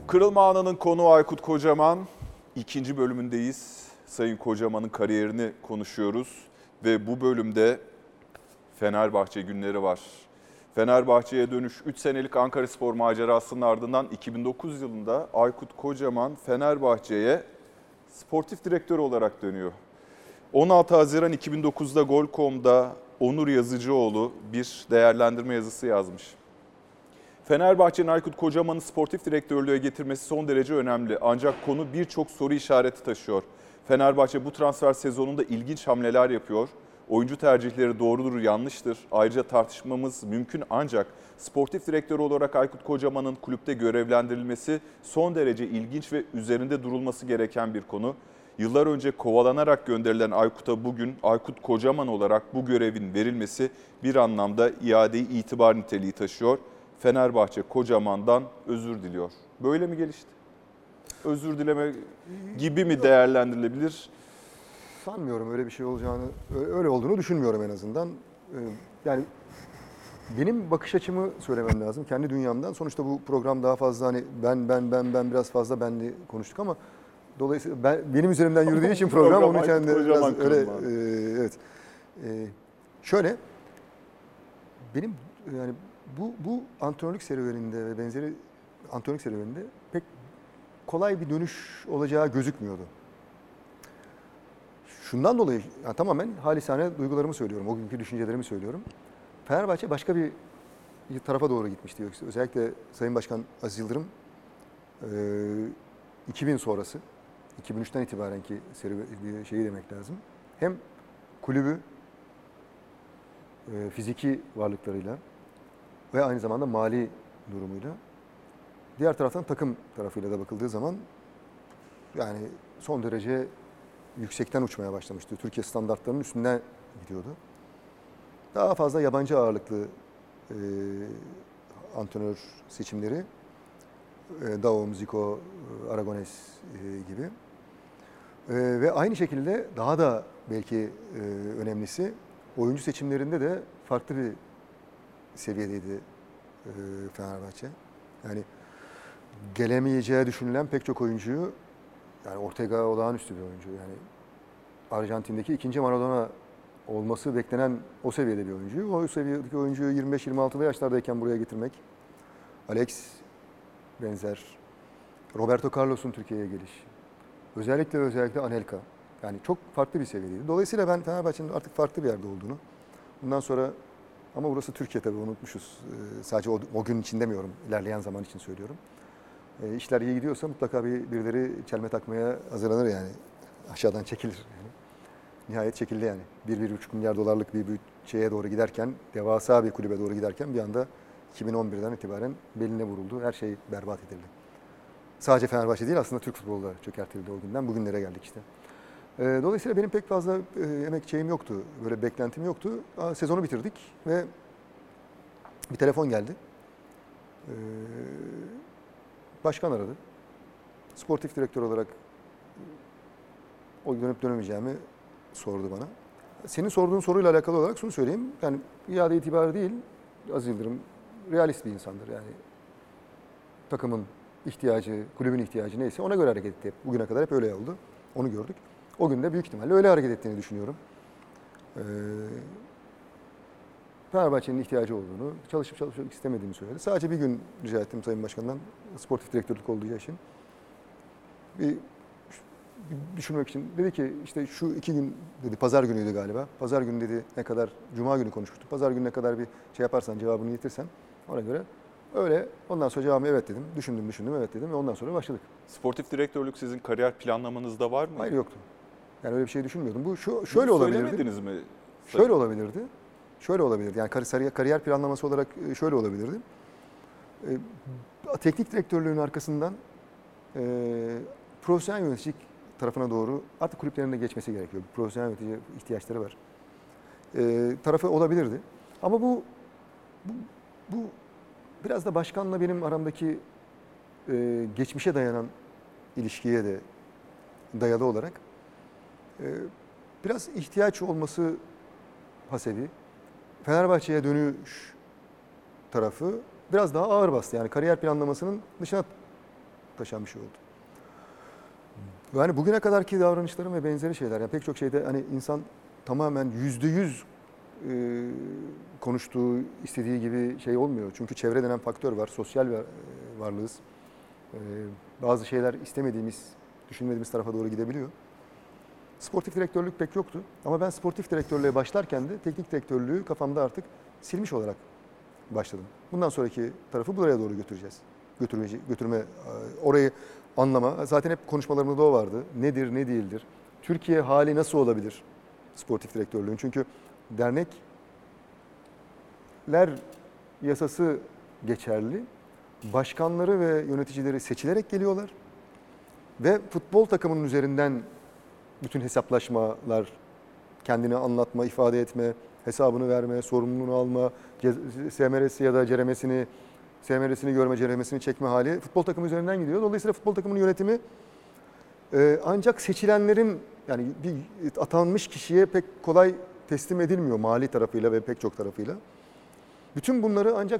Kırılma Anı'nın konuğu Aykut Kocaman. İkinci bölümündeyiz. Sayın Kocaman'ın kariyerini konuşuyoruz. Ve bu bölümde Fenerbahçe günleri var. Fenerbahçe'ye dönüş 3 senelik Ankaraspor macerasının ardından 2009 yılında Aykut Kocaman Fenerbahçe'ye sportif direktör olarak dönüyor. 16 Haziran 2009'da Gol.com'da Onur Yazıcıoğlu bir değerlendirme yazısı yazmış. Fenerbahçe'nin Aykut Kocaman'ı sportif direktörlüğe getirmesi son derece önemli. Ancak konu birçok soru işareti taşıyor. Fenerbahçe bu transfer sezonunda ilginç hamleler yapıyor. Oyuncu tercihleri doğrudur, yanlıştır. Ayrıca tartışmamız mümkün ancak sportif direktör olarak Aykut Kocaman'ın kulüpte görevlendirilmesi son derece ilginç ve üzerinde durulması gereken bir konu. Yıllar önce kovalanarak gönderilen Aykut'a bugün Aykut Kocaman olarak bu görevin verilmesi bir anlamda iade-i itibar niteliği taşıyor. Fenerbahçe Kocaman'dan özür diliyor. Böyle mi gelişti? Özür dileme gibi mi değerlendirilebilir? Sanmıyorum öyle bir şey olacağını, öyle olduğunu düşünmüyorum en azından. Yani benim bakış açımı söylemem lazım. Kendi dünyamdan. Sonuçta bu program daha fazla hani ben biraz fazla benli konuştuk ama dolayısıyla benim üzerimden yürüdüğü için program onun için de biraz öyle evet. Şöyle benim yani bu antrenörlük serüveninde ve benzeri antrenörlük serüveninde pek kolay bir dönüş olacağı gözükmüyordu. Şundan dolayı yani tamamen halisane duygularımı söylüyorum, o günkü düşüncelerimi söylüyorum. Fenerbahçe başka bir tarafa doğru gitmişti. Özellikle Sayın Başkan Aziz Yıldırım 2000 sonrası, 2003'ten itibarenki şeyi demek lazım. Hem kulübü fiziki varlıklarıyla ve aynı zamanda mali durumuyla, diğer taraftan takım tarafıyla da bakıldığı zaman yani son derece yüksekten uçmaya başlamıştı. Türkiye standartlarının üstüne gidiyordu. Daha fazla yabancı ağırlıklı antrenör seçimleri, Daum, Zico, Aragones gibi. Ve aynı şekilde daha da belki önemlisi oyuncu seçimlerinde de farklı bir seviyedeydi Fenerbahçe. Yani gelemeyeceği düşünülen pek çok oyuncuyu, yani Ortega olağanüstü bir oyuncu. Yani Arjantin'deki ikinci Maradona olması beklenen o seviyede bir oyuncuyu. O seviyedeki oyuncuyu 25-26'lı yaşlardayken buraya getirmek. Alex benzer. Roberto Carlos'un Türkiye'ye gelişi. Özellikle Anelka. Yani çok farklı bir seviyedeydi. Dolayısıyla ben Fenerbahçe'nin artık farklı bir yerde olduğunu, bundan sonra ama burası Türkiye tabii unutmuşuz. Sadece o gün için demiyorum, ilerleyen zaman için söylüyorum. İşler iyi gidiyorsa mutlaka birileri çelme takmaya hazırlanır yani. Aşağıdan çekilir yani. Nihayet çekildi yani. 1-1,5 milyar dolarlık bir şeye doğru giderken, devasa bir kulübe doğru giderken bir anda 2011'den itibaren beline vuruldu. Her şey berbat edildi. Sadece Fenerbahçe değil, aslında Türk futbolu da çökertildi o günden. Bugünlere geldik işte. Dolayısıyla benim pek fazla emek şeyim yoktu. Böyle beklentim yoktu. Sezonu bitirdik ve bir telefon geldi. Başkan aradı. Sportif direktör olarak o dönüp dönemeyeceğimi sordu bana. Senin sorduğun soruyla alakalı olarak şunu söyleyeyim. Yani iade itibarı değil, Aziz Yıldırım realist bir insandır. Yani takımın ihtiyacı, kulübün ihtiyacı neyse ona göre hareket etti. Bugüne kadar hep öyle oldu. Onu gördük. O gün de büyük ihtimalle öyle hareket ettiğini düşünüyorum. Fenerbahçe'nin ihtiyacı olduğunu, çalışıp istemediğini söyledi. Sadece bir gün rica ettim Sayın Başkan'dan, sportif direktörlük olduğu için. Bir düşünmek için. Dedi ki işte şu 2 gün dedi, pazar günüydü galiba. Pazar günü dedi ne kadar, cuma günü konuşmuştuk. Pazar gününe kadar bir şey yaparsan, cevabını getirsen ona göre. Öyle. Ondan sonra cevabımı evet dedim. Düşündüm evet dedim ve ondan sonra başladık. Sportif direktörlük sizin kariyer planlamanızda var mı? Hayır, yoktu. Yani öyle bir şey düşünmüyordum. Bu şöyle olabilirdi. Söylemediniz mi? Şöyle olabilirdi. Şöyle olabilirdi. Yani kariyer planlaması olarak şöyle olabilirdi. Teknik direktörlüğün arkasından profesyonel yöneticilik tarafına doğru artık kulüplerinde geçmesi gerekiyor. Profesyonel yönetici ihtiyaçları var. Tarafı olabilirdi. Ama bu biraz da başkanla benim aramdaki geçmişe dayanan ilişkiye de dayalı olarak biraz ihtiyaç olması hasebi Fenerbahçe'ye dönüş tarafı biraz daha ağır bastı. Yani kariyer planlamasının dışına taşan bir şey oldu. Yani bugüne kadarki davranışlarım ve benzeri şeyler. Yani pek çok şeyde hani insan tamamen %100 konuştuğu, istediği gibi şey olmuyor. Çünkü çevre denen faktör var, sosyal varlığız. Bazı şeyler istemediğimiz, düşünmediğimiz tarafa doğru gidebiliyor. Sportif direktörlük pek yoktu. Ama ben sportif direktörlüğe başlarken de teknik direktörlüğü kafamda artık silmiş olarak başladım. Bundan sonraki tarafı buraya doğru götüreceğiz. Götürme, orayı anlama. Zaten hep konuşmalarımda da o vardı. Nedir, ne değildir? Türkiye hali nasıl olabilir sportif direktörlüğün? Çünkü dernekler yasası geçerli. Başkanları ve yöneticileri seçilerek geliyorlar. Ve futbol takımının üzerinden bütün hesaplaşmalar, kendini anlatma, ifade etme, hesabını verme, sorumluluğunu alma, SMR'si ya da ceremesini, SMR'sini görme, ceremesini çekme hali futbol takımı üzerinden gidiyor. Dolayısıyla futbol takımının yönetimi ancak seçilenlerin, yani bir atanmış kişiye pek kolay teslim edilmiyor mali tarafıyla ve pek çok tarafıyla. Bütün bunları ancak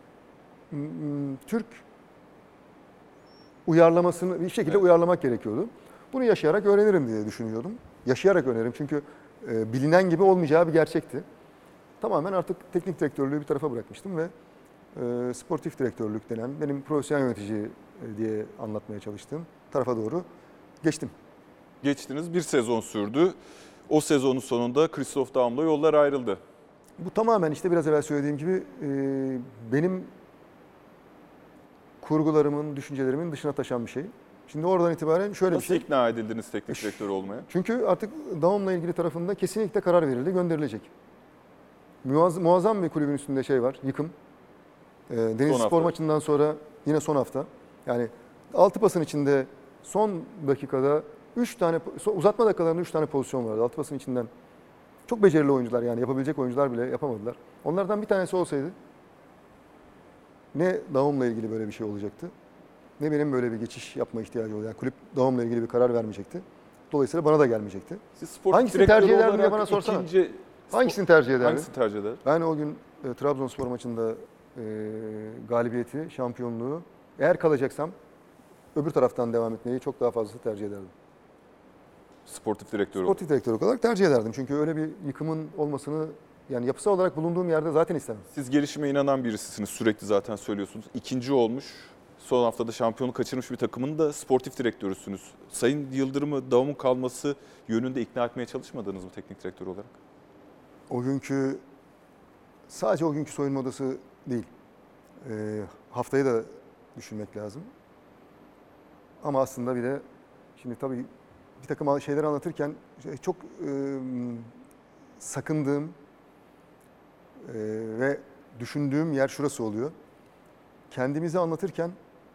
Türk uyarlamasını bir şekilde uyarlamak gerekiyordu. Bunu yaşayarak öğrenirim diye düşünüyordum. Yaşayarak öğrenirim çünkü bilinen gibi olmayacağı bir gerçekti. Tamamen artık teknik direktörlüğü bir tarafa bırakmıştım ve sportif direktörlük denen benim profesyonel yönetici diye anlatmaya çalıştığım tarafa doğru geçtim. Geçtiniz, bir sezon sürdü. O sezonun sonunda Christoph Daum'la yollar ayrıldı. Bu tamamen işte biraz evvel söylediğim gibi benim kurgularımın, düşüncelerimin dışına taşan bir şey. Şimdi oradan itibaren şöyle Nasıl bir şey. ikna edildiniz teknik direktör olmaya? Çünkü artık Daum'la ilgili tarafında kesinlikle karar verildi, gönderilecek. Muazzam bir kulübün üstünde şey var, yıkım. Denizlispor maçından sonra yine son hafta. Yani 6 pasın içinde son dakikada 3 tane, uzatma dakikalarında 3 tane pozisyon vardı 6 pasın içinden. Çok becerili oyuncular, yani yapabilecek oyuncular bile yapamadılar. Onlardan bir tanesi olsaydı ne Daum'la ilgili böyle bir şey olacaktı, ne benim böyle bir geçiş yapma ihtiyacı olacaktı. Yani kulüp Daum'la ilgili bir karar vermeyecekti. Dolayısıyla bana da gelmeyecekti. Siz sportif hangisini tercih direktör ederdin diye olarak bana sorsana. ikinci- Hangisini tercih ederdin? Hangisini tercih eder? Ben o gün Trabzonspor maçında galibiyeti, şampiyonluğu, eğer kalacaksam öbür taraftan devam etmeyi çok daha fazla tercih ederdim. Sportif direktör Sportif direktör olarak tercih ederdim. Çünkü öyle bir yıkımın olmasını, yani yapısal olarak bulunduğum yerde zaten istemem. Siz gelişime inanan birisisiniz, sürekli zaten söylüyorsunuz. İkinci olmuş, son haftada şampiyonu kaçırmış bir takımın da sportif direktörüsünüz. Sayın Yıldırım'ı Daum'un kalması yönünde ikna etmeye çalışmadınız mı teknik direktör olarak? Sadece o günkü soyunma odası değil. Haftayı da düşünmek lazım. Ama aslında bir de şimdi tabii bir takım şeyleri anlatırken çok sakındığım ve düşündüğüm yer şurası oluyor. Kendimizi anlatırken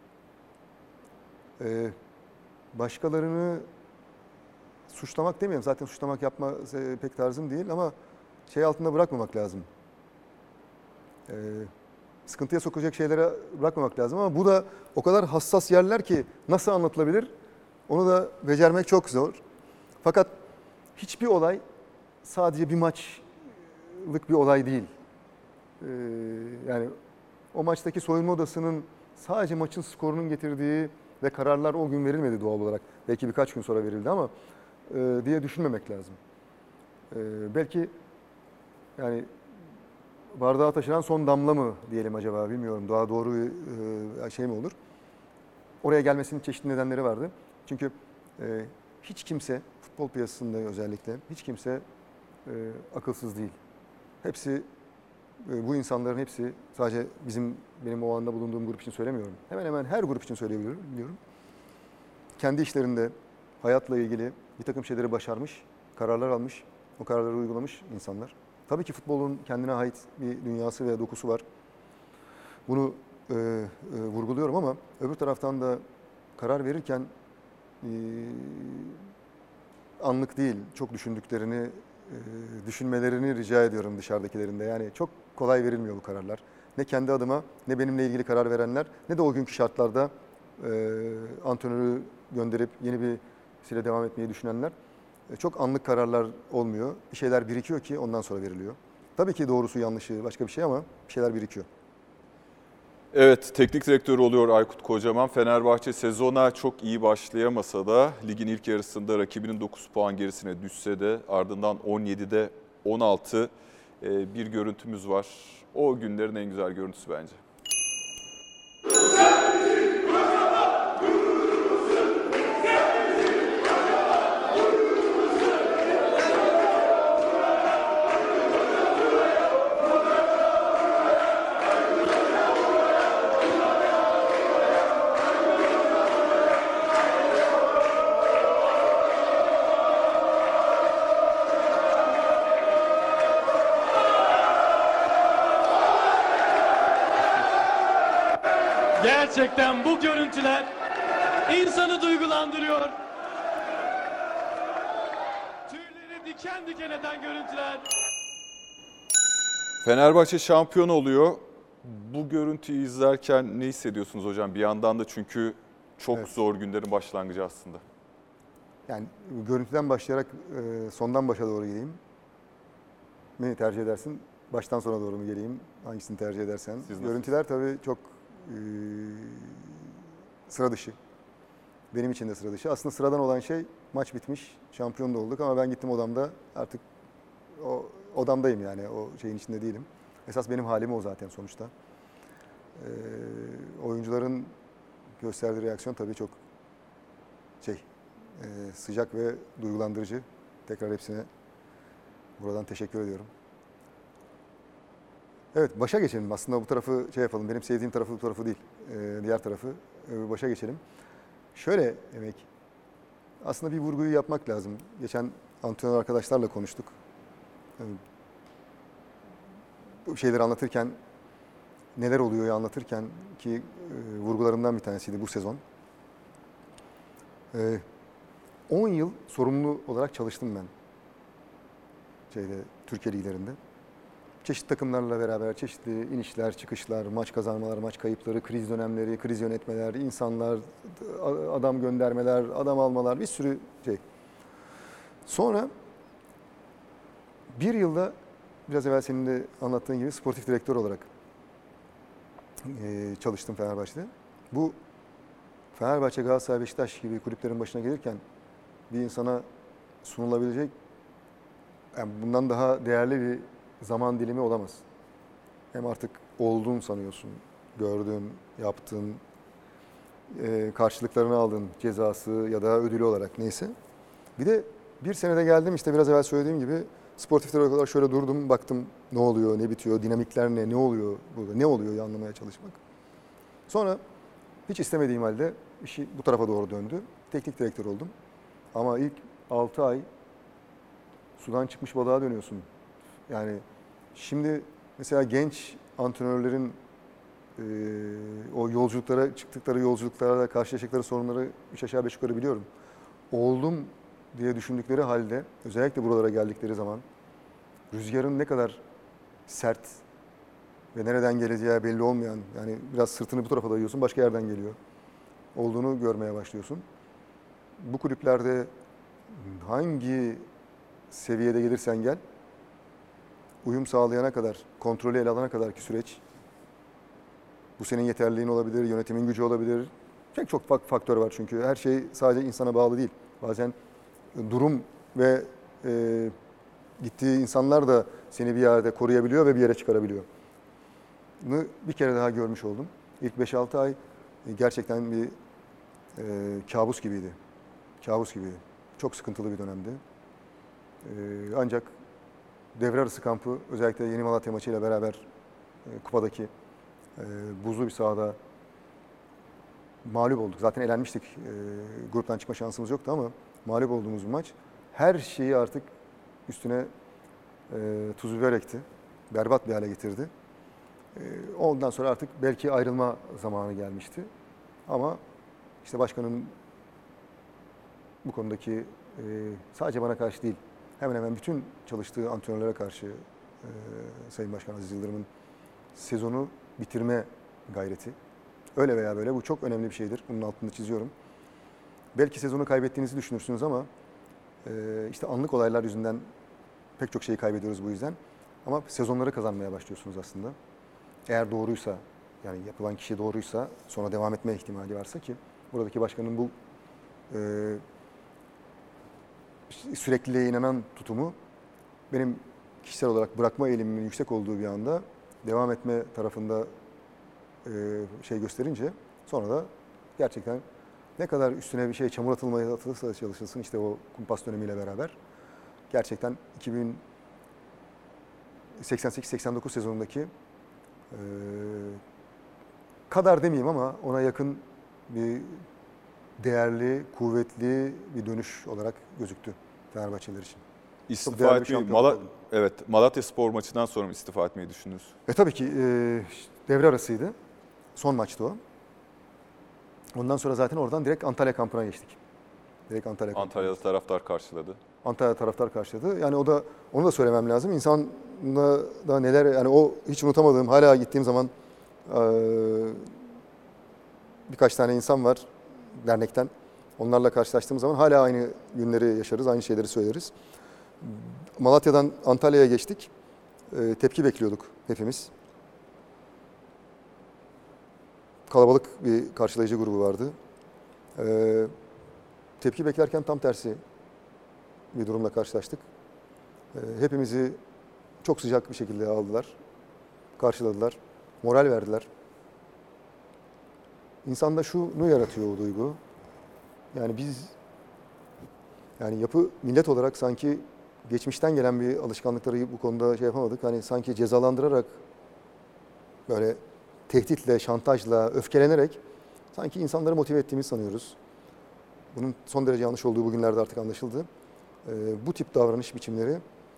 başkalarını suçlamak demiyorum. Zaten suçlamak yapma pek tarzım değil ama şey altında bırakmamak lazım. Sıkıntıya sokacak şeylere bırakmamak lazım ama bu da o kadar hassas yerler ki nasıl anlatılabilir onu da becermek çok zor. Fakat hiçbir olay sadece bir maçlık bir olay değil. Yani o maçtaki soyunma odasının sadece maçın skorunun getirdiği ve kararlar o gün verilmedi doğal olarak. Belki birkaç gün sonra verildi ama diye düşünmemek lazım. Belki yani bardağa taşıran son damla mı diyelim acaba, bilmiyorum. Daha doğru bir şey mi olur? Oraya gelmesinin çeşitli nedenleri vardı. Çünkü hiç kimse, futbol piyasasında özellikle hiç kimse akılsız değil. Hepsi, bu insanların hepsi, sadece benim o anda bulunduğum grup için söylemiyorum. Hemen hemen her grup için söyleyebiliyorum. Kendi işlerinde hayatla ilgili bir takım şeyleri başarmış, kararlar almış, o kararları uygulamış insanlar. Tabii ki futbolun kendine ait bir dünyası ve dokusu var. Bunu vurguluyorum ama öbür taraftan da karar verirken anlık değil, çok düşündüklerini, düşünmelerini rica ediyorum dışarıdakilerinde. Yani çok kolay verilmiyor bu kararlar. Ne kendi adıma, ne benimle ilgili karar verenler, ne de o günkü şartlarda antrenörü gönderip yeni birisiyle devam etmeyi düşünenler. Çok anlık kararlar olmuyor. Bir şeyler birikiyor ki ondan sonra veriliyor. Tabii ki doğrusu yanlışı başka bir şey ama bir şeyler birikiyor. Evet, teknik direktörü oluyor Aykut Kocaman. Fenerbahçe sezona çok iyi başlayamasa da ligin ilk yarısında rakibinin 9 puan gerisine düşse de ardından 17'de 16 bir görüntümüz var. O günlerin en güzel görüntüsü bence. Gerçekten bu görüntüler insanı duygulandırıyor. Tüyleri diken diken eden görüntüler. Fenerbahçe şampiyon oluyor. Bu görüntüyü izlerken ne hissediyorsunuz hocam? Bir yandan da çünkü çok Evet. zor günlerin başlangıcı aslında. Yani görüntüden başlayarak sondan başa doğru geleyim. Ne tercih edersin? Baştan sona doğru mu geleyim? Hangisini tercih edersen. Siz Görüntüler tabii çok sıra dışı. Benim için de sıra dışı. Aslında sıradan olan şey maç bitmiş, şampiyon da olduk ama ben gittim odamda artık odamdayım yani o şeyin içinde değilim. Esas benim halim o zaten sonuçta. Oyuncuların gösterdiği reaksiyon tabii çok sıcak ve duygulandırıcı. Tekrar hepsine buradan teşekkür ediyorum. Evet, başa geçelim. Aslında bu tarafı yapalım. Benim sevdiğim tarafı bu tarafı değil. Diğer tarafı başa geçelim. Şöyle demek. Aslında bir vurguyu yapmak lazım. Geçen antrenör arkadaşlarla konuştuk. Bu şeyleri anlatırken, neler oluyor anlatırken ki vurgularımdan bir tanesiydi bu sezon. 10 yıl sorumlu olarak çalıştım ben. Türkiye liglerinde. Çeşitli takımlarla beraber çeşitli inişler, çıkışlar, maç kazanmalar, maç kayıpları, kriz dönemleri, kriz yönetmeler, insanlar, adam göndermeler, adam almalar, bir sürü şey. Sonra bir yılda biraz evvel senin de anlattığın gibi sportif direktör olarak çalıştım Fenerbahçe'de. Bu Fenerbahçe, Galatasaray, Beşiktaş gibi kulüplerin başına gelirken bir insana sunulabilecek yani bundan daha değerli bir zaman dilimi olamaz. Hem artık olduğunu sanıyorsun, gördüğün, yaptığın, karşılıklarını aldığın cezası ya da ödülü olarak neyse. Bir de bir senede geldim işte biraz evvel söylediğim gibi sportif direktör olarak şöyle durdum, baktım ne oluyor, ne bitiyor, dinamikler ne oluyor burada, ne oluyor anlamaya çalışmak. Sonra hiç istemediğim halde işi bu tarafa doğru döndü. Teknik direktör oldum. Ama ilk 6 ay sudan çıkmış balığa dönüyorsun. Yani şimdi mesela genç antrenörlerin o yolculuklara, çıktıkları yolculuklarda karşılaştıkları sorunları 3 aşağı 5 yukarı biliyorum. Oldum diye düşündükleri halde özellikle buralara geldikleri zaman rüzgarın ne kadar sert ve nereden geleceği belli olmayan yani biraz sırtını bu tarafa dayıyorsun başka yerden geliyor olduğunu görmeye başlıyorsun. Bu kulüplerde hangi seviyede gelirsen gel uyum sağlayana kadar, kontrolü ele alana kadar ki süreç bu senin yeterliliğin olabilir, yönetimin gücü olabilir. Çok faktör var çünkü her şey sadece insana bağlı değil. Bazen durum ve gittiği insanlar da seni bir yerde koruyabiliyor ve bir yere çıkarabiliyor. Bunu bir kere daha görmüş oldum. İlk 5-6 ay gerçekten bir kabus gibiydi. Kabus gibiydi. Çok sıkıntılı bir dönemdi. Ancak devre arası kampı özellikle Yeni Malatya maçıyla beraber kupadaki buzlu bir sahada mağlup olduk. Zaten elenmiştik. Gruptan çıkma şansımız yoktu ama mağlup olduğumuz bir maç. Her şeyi artık üstüne tuz biber ekti. Berbat bir hale getirdi. Ondan sonra artık belki ayrılma zamanı gelmişti. Ama işte başkanın bu konudaki sadece bana karşı değil, hemen hemen bütün çalıştığı antrenörlere karşı Sayın Başkan Aziz Yıldırım'ın sezonu bitirme gayreti. Öyle veya böyle bu çok önemli bir şeydir. Bunun altını çiziyorum. Belki sezonu kaybettiğinizi düşünürsünüz ama işte anlık olaylar yüzünden pek çok şeyi kaybediyoruz bu yüzden. Ama sezonları kazanmaya başlıyorsunuz aslında. Eğer doğruysa yani yapılan kişi doğruysa sonra devam etme ihtimali varsa ki buradaki başkanın bu sürekliliğe inanan tutumu benim kişisel olarak bırakma eğilimimin yüksek olduğu bir anda devam etme tarafında şey gösterince sonra da gerçekten ne kadar üstüne bir şey çamur atılırsa çalışılsın işte o kumpas dönemiyle beraber gerçekten 2088-89 sezonundaki kadar demeyeyim ama ona yakın bir değerli, kuvvetli bir dönüş olarak gözüktü Fenerbahçeliler için. İstifa değerli bir etmeyi, şampiyonluk oldu. evet, Malatyaspor maçından sonra mı istifa etmeyi düşündünüz? Tabii ki devre arasıydı. Son maçtı o. Ondan sonra zaten oradan direkt Antalya kampına geçtik. Direkt Antalya kampına. Antalya'da taraftar karşıladı. Antalya taraftar karşıladı. Yani onu da söylemem lazım. İnsanda da neler yani o hiç unutamadığım hala gittiğim zaman birkaç tane insan var dernekten. Onlarla karşılaştığım zaman hala aynı günleri yaşarız, aynı şeyleri söyleriz. Malatya'dan Antalya'ya geçtik. Tepki bekliyorduk hepimiz. Kalabalık bir karşılayıcı grubu vardı. Tepki beklerken tam tersi bir durumla karşılaştık. Hepimizi çok sıcak bir şekilde aldılar, karşıladılar, moral verdiler. İnsanda şunu yaratıyor o duygu. Yani biz millet olarak sanki geçmişten gelen bir alışkanlıkları bu konuda şey yapamadık. Hani sanki cezalandırarak böyle tehditle, şantajla, öfkelenerek sanki insanları motive ettiğimizi sanıyoruz. Bunun son derece yanlış olduğu bugünlerde artık anlaşıldı. Bu tip davranış biçimleri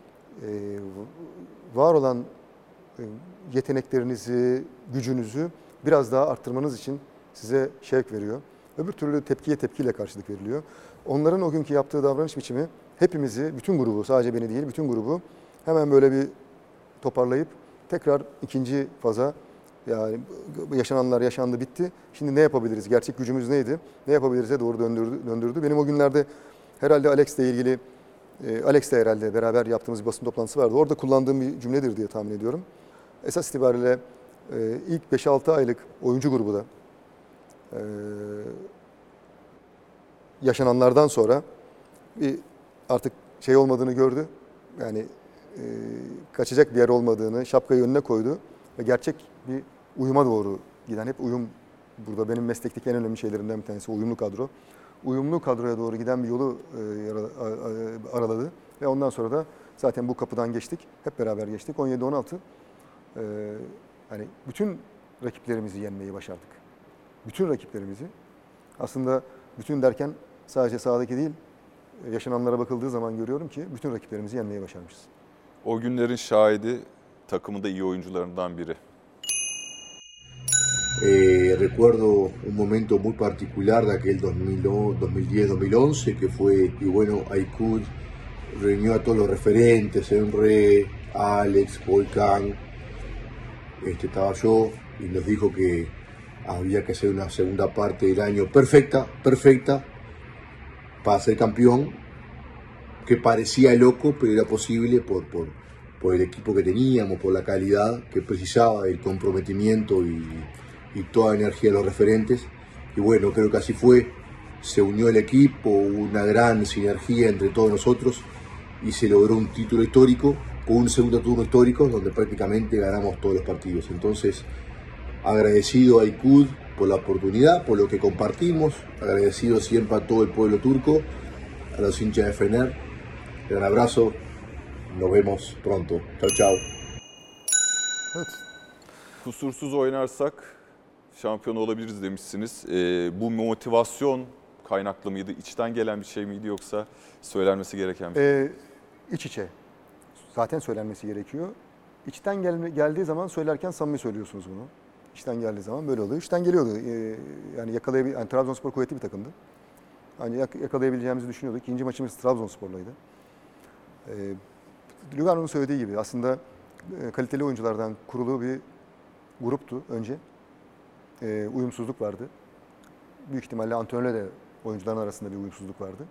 var olan yeteneklerinizi, gücünüzü biraz daha arttırmanız için size şevk veriyor. Öbür türlü tepkiye tepkiyle karşılık veriliyor. Onların o günkü yaptığı davranış biçimi hepimizi, bütün grubu, sadece beni değil, bütün grubu hemen böyle bir toparlayıp tekrar ikinci faza yani yaşananlar yaşandı bitti. Şimdi ne yapabiliriz? Gerçek gücümüz neydi? Ne yapabiliriz'e doğru döndürdü. Benim o günlerde herhalde Alex'le ilgili Alex'le herhalde beraber yaptığımız bir basın toplantısı vardı. Orada kullandığım bir cümledir diye tahmin ediyorum. Esas itibariyle ilk 5-6 aylık oyuncu grubu da yaşananlardan sonra bir artık şey olmadığını gördü. Yani kaçacak bir yer olmadığını, şapkayı önüne koydu ve gerçek bir uyuma doğru giden, hep uyum burada benim meslekteki en önemli şeylerimden bir tanesi uyumlu kadro. Uyumlu kadroya doğru giden bir yolu araladı ve ondan sonra da zaten bu kapıdan geçtik. Hep beraber geçtik. 17-16 hani bütün rakiplerimizi yenmeyi başardık. Bütün rakiplerimizi. Aslında bütün derken sadece sahadaki değil, yaşananlara bakıldığı zaman görüyorum ki bütün rakiplerimizi yenmeyi başarmışız. O günlerin şahidi takımında iyi oyuncularından biri. Recuerdo un momento muy particular de aquel 2010-2011 que fue que bueno, Aykut reunió a todos los referentes, Emre, Alex, Volkan, estaba yo y nos dijo que había que hacer una segunda parte del año perfecta para ser campeón, que parecía loco pero era posible por el equipo que teníamos, por la calidad que precisaba, el comprometimiento y toda la energía de los referentes. Y bueno, creo que así fue, se unió el equipo, hubo una gran sinergia entre todos nosotros y se logró un título histórico con un segundo turno histórico donde prácticamente ganamos todos los partidos. Entonces, agradecido a Aykut por la oportunidad, por lo que compartimos, agradecido siempre a todo el pueblo turco, a los hinchas de Fener. Gran abrazo, nos vemos pronto. Chao, chao. Evet. Kusursuz oynarsak şampiyon olabiliriz demişsiniz. Bu motivasyon kaynaklı mıydı? İçten gelen bir şey miydi yoksa söylenmesi gereken bir şey? İç içe. Zaten söylenmesi gerekiyor. İçten geldiği zaman söylerken samimi söylüyorsunuz bunu. İçten geldiği zaman böyle oluyor. İçten geliyordu. Yani Trabzonspor kuvvetli bir takımdı. Hani yakalayabileceğimizi düşünüyorduk. İkinci maçımız Trabzonspor'laydı. Lugano'nun söylediği gibi aslında kaliteli oyunculardan kurulu bir gruptu önce. Uyumsuzluk vardı. Büyük ihtimalle antrenörle de oyuncuların arasında bir uyumsuzluk vardı.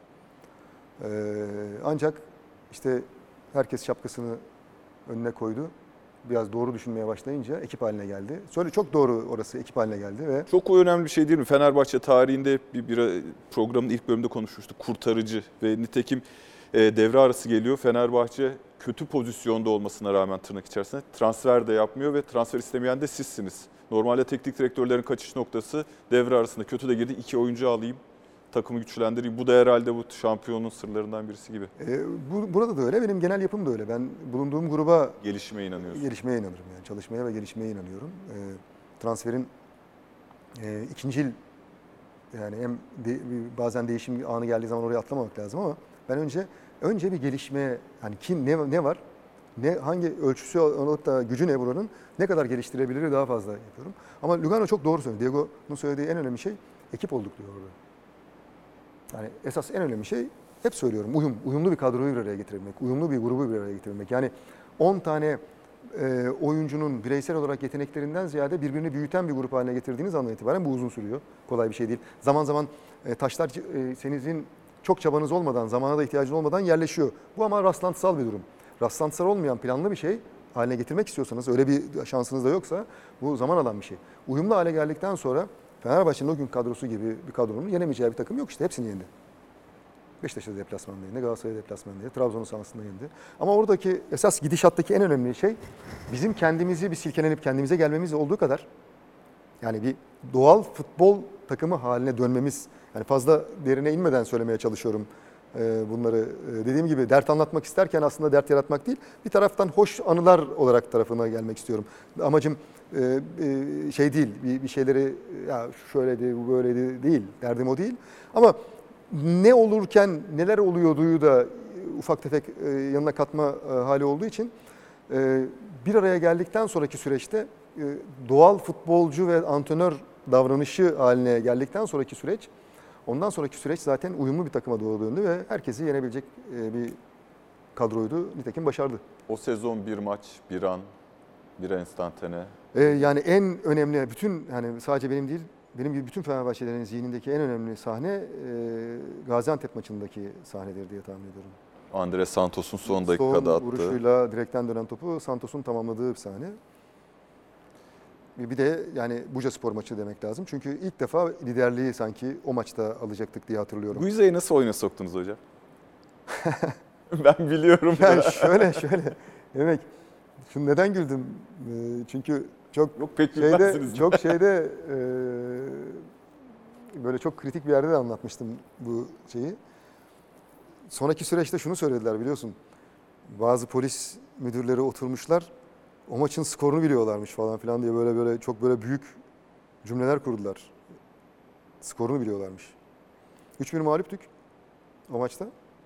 Ancak işte herkes şapkasını önüne koydu biraz doğru düşünmeye başlayınca ekip haline geldi. Sonra çok doğru orası ekip haline geldi ve Çok önemli bir şey değil mi? Fenerbahçe tarihinde hep bir programın ilk bölümünde konuşmuştuk. Kurtarıcı ve nitekim devre arası geliyor. Fenerbahçe kötü pozisyonda olmasına rağmen tırnak içerisinde transfer de yapmıyor ve transfer istemeyen de sizsiniz. Normalde teknik direktörlerin kaçış noktası devre arasında kötü de girdi 2 oyuncu alayım, takımı güçlendireyim. Bu da herhalde bu şampiyonun sırlarından birisi gibi. burada da öyle. Benim genel yapım da öyle. Ben bulunduğum gruba Gelişmeye inanıyorsun. gelişmeye inanırım. Yani çalışmaya ve gelişmeye inanıyorum. Transferin ikincil yani bazen değişim anı geldiği zaman oraya atlamamak lazım ama ben önce bir gelişmeye yani ne var? Hangi ölçüsü olup da gücü ne buranın? Ne kadar geliştirebilir daha fazla yapıyorum. Ama Lugano çok doğru söylüyor. Diego'nun söylediği en önemli şey ekip olduk diyor orada. Yani esas en önemli şey hep söylüyorum uyumlu bir kadroyu bir araya getirmek, uyumlu bir grubu bir araya getirmek. Yani 10 tane oyuncunun bireysel olarak yeteneklerinden ziyade birbirini büyüten bir grup haline getirdiğiniz andan itibaren bu uzun sürüyor. Kolay bir şey değil. Zaman zaman taşlar seninizin çok çabanız olmadan, zamana da ihtiyacın olmadan yerleşiyor. Bu ama rastlantısal bir durum. Rastlantısal olmayan planlı bir şey haline getirmek istiyorsanız, öyle bir şansınız da yoksa bu zaman alan bir şey. Uyumlu hale geldikten sonra Fenerbahçe'nin o gün kadrosu gibi bir kadronun yenemeyeceği bir takım yok işte. Hepsini yendi. Beşiktaş'ta deplasmanda yendi, Galatasaray'da deplasmanda yendi, Trabzon'un sahasında yendi. Ama oradaki esas gidişattaki en önemli şey bizim kendimizi bir silkelenip kendimize gelmemiz olduğu kadar yani bir doğal futbol takımı haline dönmemiz. Yani fazla derine inmeden söylemeye çalışıyorum bunları. Dediğim gibi dert anlatmak isterken aslında dert yaratmak değil. Bir taraftan hoş anılar olarak tarafına gelmek istiyorum. Amacım şey değil, bir şeyleri ya şöyleydi, bu böyleydi değil. Derdim o değil. Ama ne olurken neler oluyorduyu da ufak tefek yanına katma hali olduğu için bir araya geldikten sonraki süreçte doğal futbolcu ve antrenör davranışı haline geldikten sonraki süreç, ondan sonraki süreç zaten uyumlu bir takıma doğru döndü ve herkesi yenebilecek bir kadroydu. Nitekim başardı. O sezon bir maç, bir an, bir enstantane. Yani en önemli, bütün hani sadece benim değil, benim gibi bütün Fenerbahçelerin zihnindeki en önemli sahne Gaziantep maçındaki sahnedir diye tahmin ediyorum. Andre Santos'un son dakikada attığı. Vuruşuyla direkten dönen topu Santos'un tamamladığı bir sahne. Bir de yani Bucaspor maçı demek lazım. Çünkü ilk defa liderliği sanki o maçta alacaktık diye hatırlıyorum. Guiza'yı nasıl oyuna soktunuz hocam? Ben biliyorum. Yani şöyle. Demek şimdi neden güldüm? Çünkü çok Yok pek bilmezsiniz. böyle çok kritik bir yerde de anlatmıştım bu şeyi. Sonraki süreçte şunu söylediler biliyorsun. Bazı polis müdürleri oturmuşlar. O maçın skorunu biliyorlarmış falan filan diye böyle çok böyle büyük cümleler kurdular. Skorunu biliyorlarmış. 3-1 mağluptük o maçta.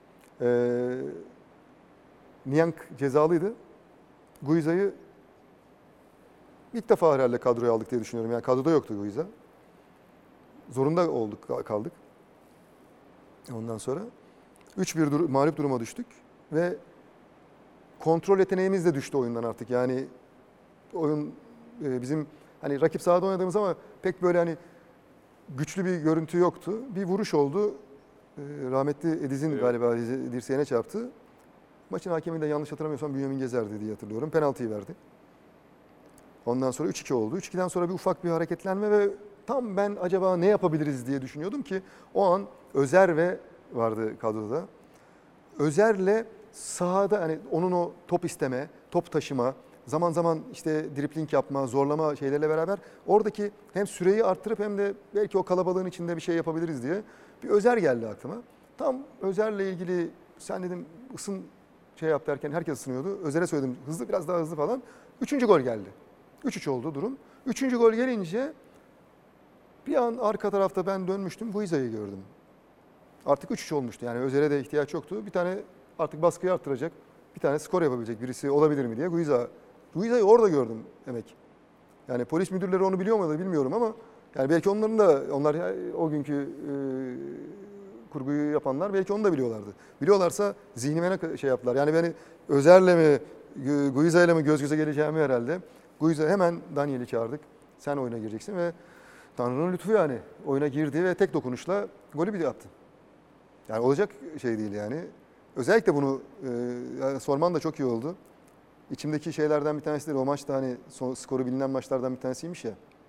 Niang cezalıydı. Guiza'yı ilk defa herhalde kadroya aldık diye düşünüyorum. Yani kadroda yoktu Guiza. Zorunda kaldık. Ondan sonra 3-1 mağlup duruma düştük ve kontrol yeteneğimiz de düştü oyundan artık. Yani oyun bizim hani rakip sahada oynadığımız ama pek böyle hani güçlü bir görüntü yoktu. Bir vuruş oldu. Rahmetli Ediz'in galiba dirseğine çarptı. Maçın hakeminden yanlış hatırlamıyorsam Bünyamin Gezer'di diye hatırlıyorum. Penaltıyı verdi. Ondan sonra 3-2 oldu. 3-2'den sonra bir ufak bir hareketlenme ve tam ben acaba ne yapabiliriz diye düşünüyordum ki o an Özer vardı kadroda. Özer'le sahada hani onun o top isteme, top taşıma, zaman zaman işte dribling yapma, zorlama şeylerle beraber oradaki hem süreyi arttırıp hem de belki o kalabalığın içinde bir şey yapabiliriz diye bir Özer geldi aklıma. Tam Özer'le ilgili sen dedim ısın şey yap derken herkes ısınıyordu. Özer'e söyledim hızlı biraz daha hızlı falan. 3. gol geldi. 3-3 oldu durum. 3. gol gelince bir an arka tarafta ben dönmüştüm. Guiza'yı gördüm. Artık 3-3 olmuştu. Yani Özer'e de ihtiyaç yoktu. Bir tane artık baskıyı arttıracak, bir tane skor yapabilecek birisi olabilir mi diye Guiza'yı orada gördüm demek. Yani polis müdürleri onu biliyor mu da bilmiyorum ama yani belki onlar o günkü kurguyu yapanlar belki onu da biliyorlardı. Biliyorlarsa zihnime ne şey yaptılar. Yani beni Özer'le mi Guiza'yla mı göz göze geleceğimi herhalde. Guiza hemen Daniel'i çağırdık. Sen oyuna gireceksin ve Tanrı'nın lütfu yani oyuna girdi ve tek dokunuşla golü bir attı. Yani olacak şey değil yani. Özellikle bunu sorman da çok iyi oldu. içimdeki şeylerden bir tanesidir. O maçta hani skoru bilinen maçlardan bir tanesiymiş ya.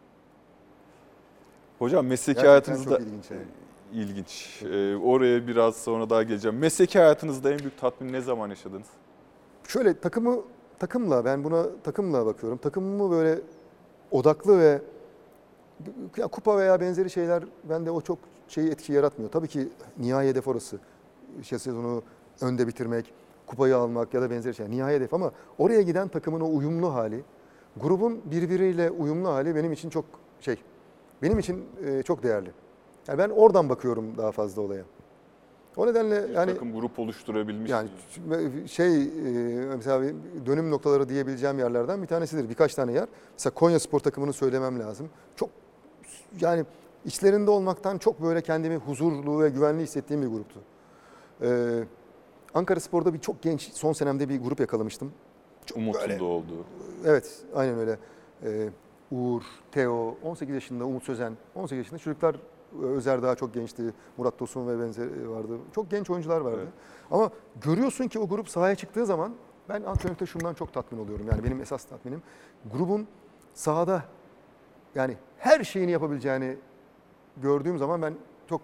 Hocam mesleki Gerçekten hayatınızda çok ilginç yani. ilginç. Oraya biraz sonra daha geleceğim. Mesleki hayatınızda en büyük tatmini ne zaman yaşadınız? Şöyle takımla, ben buna takımla bakıyorum. Takımımı böyle odaklı ve ya kupa veya benzeri şeyler bende o çok etki yaratmıyor. Tabii ki nihai hedef orası. Sezonu önde bitirmek, kupayı almak ya da benzeri şeyler. Nihai hedef ama oraya giden takımın o uyumlu hali, grubun birbiriyle uyumlu hali benim için çok çok değerli. Yani ben oradan bakıyorum daha fazla olaya. O nedenle yani Takım grup oluşturabilmiş. yani mesela dönüm noktaları diyebileceğim yerlerden bir tanesidir. Birkaç tane yer. Mesela Konyaspor takımını söylemem lazım. Çok yani içlerinde olmaktan çok böyle kendimi huzurlu ve güvenli hissettiğim bir gruptu. Ankaraspor'da bir çok genç son senemde bir grup yakalamıştım. Çok Umut'un böyle, da olduğu. evet, aynen öyle. Uğur, Teo, 18 yaşında Umut Sözen, 18 yaşında çocuklar. Özer daha çok gençti. Murat Tosun ve benzeri vardı. Çok genç oyuncular vardı. Evet. Ama görüyorsun ki o grup sahaya çıktığı zaman ben antrenörlükte şundan çok tatmin oluyorum. Yani benim esas tatminim grubun sahada yani her şeyini yapabileceğini gördüğüm zaman ben çok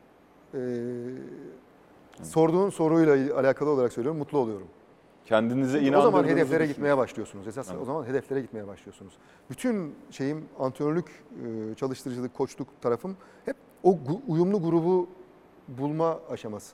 sorduğun soruyla alakalı olarak söylüyorum, mutlu oluyorum. Kendinize O zaman inandırdığınızı hedeflere düşünüyorum. gitmeye başlıyorsunuz. Esas Evet. o zaman hedeflere gitmeye başlıyorsunuz. Bütün antrenörlük, çalıştırıcılık, koçluk tarafım hep o uyumlu grubu bulma aşaması.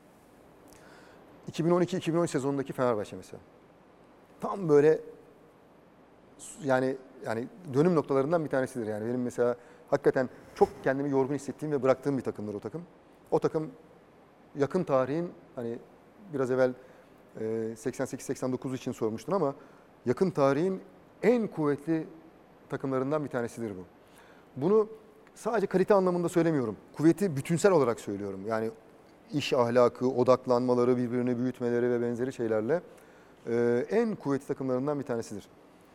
2012-2013 sezonundaki Fenerbahçe mesela. Tam böyle yani dönüm noktalarından bir tanesidir yani. Benim mesela hakikaten çok kendimi yorgun hissettiğim ve bıraktığım bir takımdır o takım. O takım yakın tarihin hani biraz evvel 88-89 için sormuştun ama yakın tarihin en kuvvetli takımlarından bir tanesidir bu. Bunu sadece kalite anlamında söylemiyorum. Kuvveti bütünsel olarak söylüyorum. Yani iş ahlakı, odaklanmaları, birbirini büyütmeleri ve benzeri şeylerle en kuvvetli takımlarından bir tanesidir.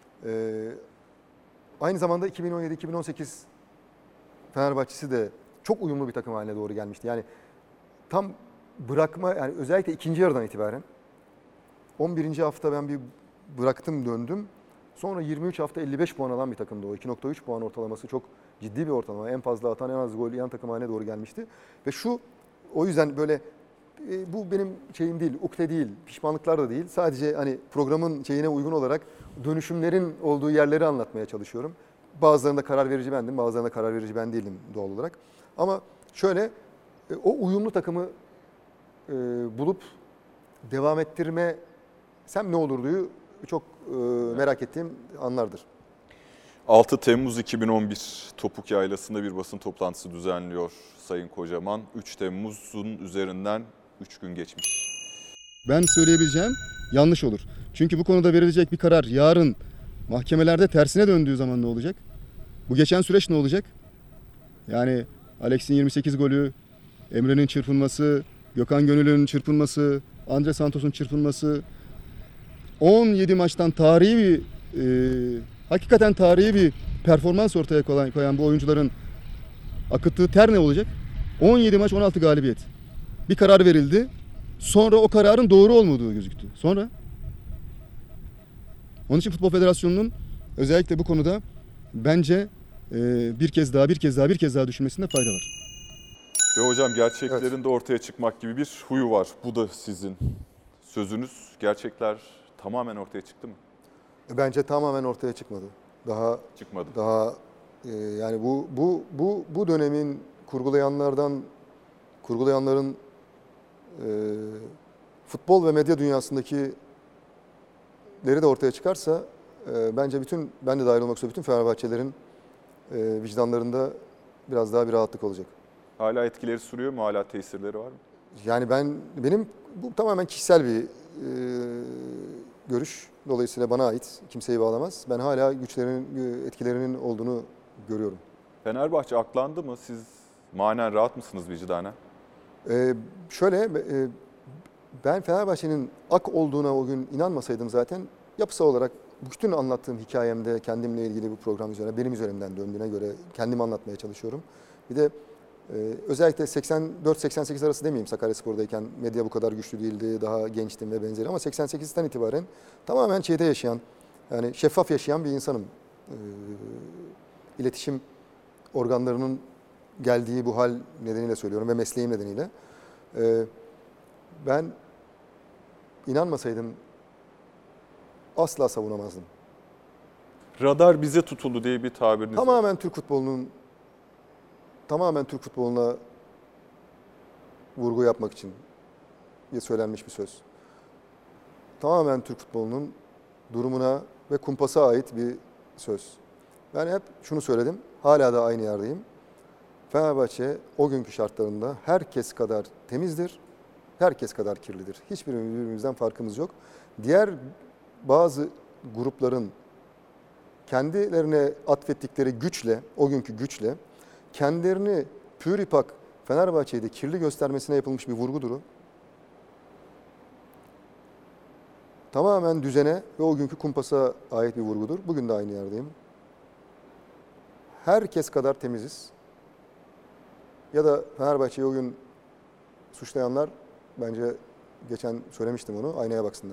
Aynı zamanda 2017-2018 Fenerbahçe'si de çok uyumlu bir takım haline doğru gelmişti. Yani tam bırakma, yani özellikle ikinci yarıdan itibaren 11. hafta ben bir bıraktım, döndüm. Sonra 23 hafta 55 puan alan bir takımdı o. 2.3 puan ortalaması çok ciddi bir ortalama. En fazla atan, en az gol yiyen takım haline doğru gelmişti. Ve o yüzden böyle bu benim şeyim değil, ukde değil, pişmanlıklar da değil. Sadece hani programın şeyine uygun olarak dönüşümlerin olduğu yerleri anlatmaya çalışıyorum. Bazılarında karar verici bendim, bazılarında karar verici ben değilim doğal olarak. Ama şöyle o uyumlu takımı bulup devam ettirmesem ne olurduyu çok merak ettiğim anlardır. 6 Temmuz 2011 Topuk Yaylası'nda bir basın toplantısı düzenliyor Sayın Kocaman. 3 Temmuz'un üzerinden 3 gün geçmiş. Ben söyleyebileceğim yanlış olur. Çünkü bu konuda verilecek bir karar yarın mahkemelerde tersine döndüğü zaman ne olacak? Bu geçen süreç ne olacak? Yani Alex'in 28 golü, Emre'nin çırpınması, Gökhan Gönül'ün çırpınması, Andre Santos'un çırpınması, 17 maçtan hakikaten tarihi bir performans ortaya koyan bu oyuncuların akıttığı ter ne olacak? 17 maç 16 galibiyet. Bir karar verildi. Sonra o kararın doğru olmadığı gözüktü. Sonra onun için Futbol Federasyonu'nun özellikle bu konuda bence bir kez daha düşünmesinde fayda var. Ve hocam gerçeklerin de ortaya çıkmak gibi bir huyu var. Bu da sizin sözünüz. Gerçekler tamamen ortaya çıktı mı? Bence tamamen ortaya çıkmadı. Çıkmadı. Yani bu dönemin kurgulayanların futbol ve medya dünyasındakileri de ortaya çıkarsa bence ben de dahil olmak üzere bütün Fenerbahçelerin vicdanlarında biraz daha bir rahatlık olacak. Hala etkileri sürüyor mu? Hala tesirleri var mı? Yani benim bu tamamen kişisel bir görüş. Dolayısıyla bana ait. Kimseyi bağlamaz. Ben hala etkilerinin olduğunu görüyorum. Fenerbahçe aklandı mı? Siz manen rahat mısınız vicdanen? Ben Fenerbahçe'nin ak olduğuna o gün inanmasaydım zaten yapısal olarak bütün anlattığım hikayemde kendimle ilgili bu program üzerine benim üzerimden döndüğüne göre kendimi anlatmaya çalışıyorum. Bir de Özellikle 84-88 arası demeyeyim, Sakaryaspor'dayken medya bu kadar güçlü değildi, daha gençtim ve benzeri, ama 88'den itibaren tamamen şeyde yaşayan, yani şeffaf yaşayan bir insanım. İletişim organlarının geldiği bu hal nedeniyle söylüyorum ve mesleğim nedeniyle. Ben inanmasaydım asla savunamazdım. Radar bize tutuldu diye bir tabiriniz var. Tamamen Türk futboluna vurgu yapmak için söylenmiş bir söz. Tamamen Türk futbolunun durumuna ve kumpasa ait bir söz. Ben hep şunu söyledim, hala da aynı yerdeyim. Fenerbahçe o günkü şartlarında herkes kadar temizdir, herkes kadar kirlidir. Hiçbirimizden farkımız yok. Diğer bazı grupların kendilerine atfettikleri güçle, o günkü güçle, kendilerini pür-i-pak Fenerbahçe'de kirli göstermesine yapılmış bir vurgudur o. Tamamen düzene ve o günkü kumpasa ait bir vurgudur. Bugün de aynı yerdeyim. Herkes kadar temiziz. Ya da Fenerbahçe'yi o gün suçlayanlar, bence geçen söylemiştim onu, aynaya baksınlar.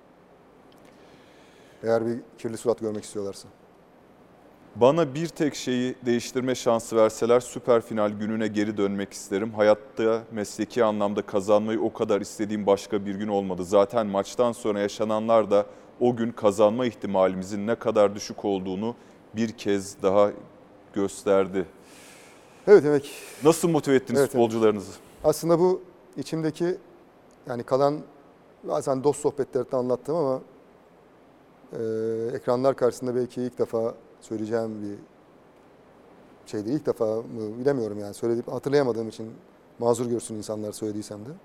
Eğer bir kirli surat görmek istiyorlarsa. Bana bir tek şeyi değiştirme şansı verseler süper final gününe geri dönmek isterim. Hayatta mesleki anlamda kazanmayı o kadar istediğim başka bir gün olmadı. Zaten maçtan sonra yaşananlar da o gün kazanma ihtimalimizin ne kadar düşük olduğunu bir kez daha gösterdi. Evet, demek. Nasıl motive ettiniz Evet, futbolcularınızı? Aslında bu içimdeki, yani kalan, bazen dost sohbetlerinde anlattım ama ekranlar karşısında belki ilk defa söyleyeceğim bir şeydi. İlk defa mı bilemiyorum yani, hatırlayamadığım için mazur görsün insanlar söylediysem de.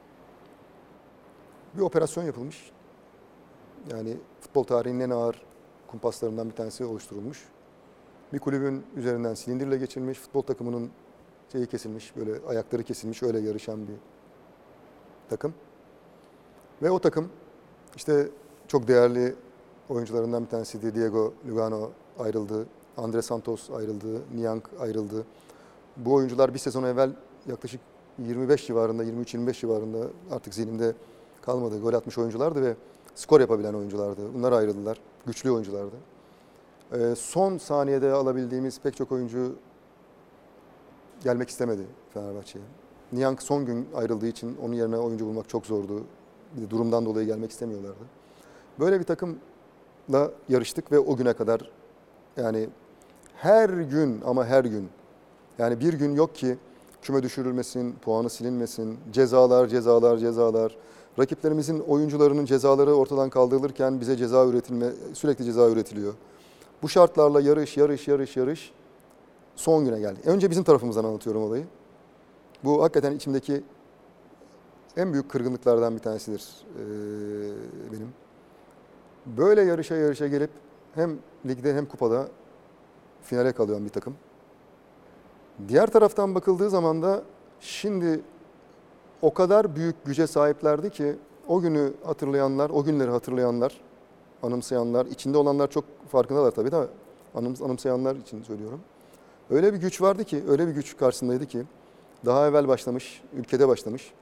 Bir operasyon yapılmış. Yani futbol tarihinin en ağır kumpaslarından bir tanesi oluşturulmuş. Bir kulübün üzerinden silindirle geçilmiş, futbol takımının şeyi kesilmiş, böyle ayakları kesilmiş, öyle yarışan bir takım. Ve o takım işte çok değerli oyuncularından bir tanesiydi. Diego Lugano ayrıldı, Andre Santos ayrıldı, Niang ayrıldı. Bu oyuncular bir sezon evvel yaklaşık 25 civarında, 23-25 civarında, artık zihnimde kalmadı, gol atmış oyunculardı ve skor yapabilen oyunculardı. Bunlar ayrıldılar, güçlü oyunculardı. Son saniyede alabildiğimiz pek çok oyuncu gelmek istemedi Fenerbahçe'ye. Niang son gün ayrıldığı için onun yerine oyuncu bulmak çok zordu. Bir de durumdan dolayı gelmek istemiyorlardı. Böyle bir takımla yarıştık ve o güne kadar, yani her gün, ama her gün, yani bir gün yok ki küme düşürülmesin, puanı silinmesin, cezalar. Rakiplerimizin oyuncularının cezaları ortadan kaldırılırken bize sürekli ceza üretiliyor. Bu şartlarla yarış son güne geldi. Önce bizim tarafımızdan anlatıyorum olayı. Bu hakikaten içimdeki en büyük kırgınlıklardan bir tanesidir benim. Böyle yarışa gelip hem ligde hem kupada finale kalan bir takım. Diğer taraftan bakıldığı zaman da şimdi o kadar büyük güce sahiplerdi ki o günü hatırlayanlar, o günleri hatırlayanlar, anımsayanlar, içinde olanlar çok farkındalar tabii de anımsayanlar için söylüyorum. Öyle bir güç vardı ki, öyle bir güç karşısındaydı ki daha evvel başlamış, ülkede başlamış.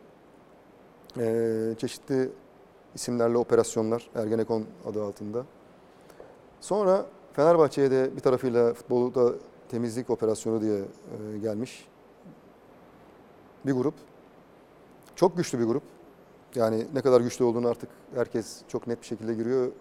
Çeşitli isimlerle operasyonlar, Ergenekon adı altında. Sonra Fenerbahçe'ye de bir tarafıyla futbolda temizlik operasyonu diye gelmiş bir grup. Çok güçlü bir grup. Yani ne kadar güçlü olduğunu artık herkes çok net bir şekilde görüyor.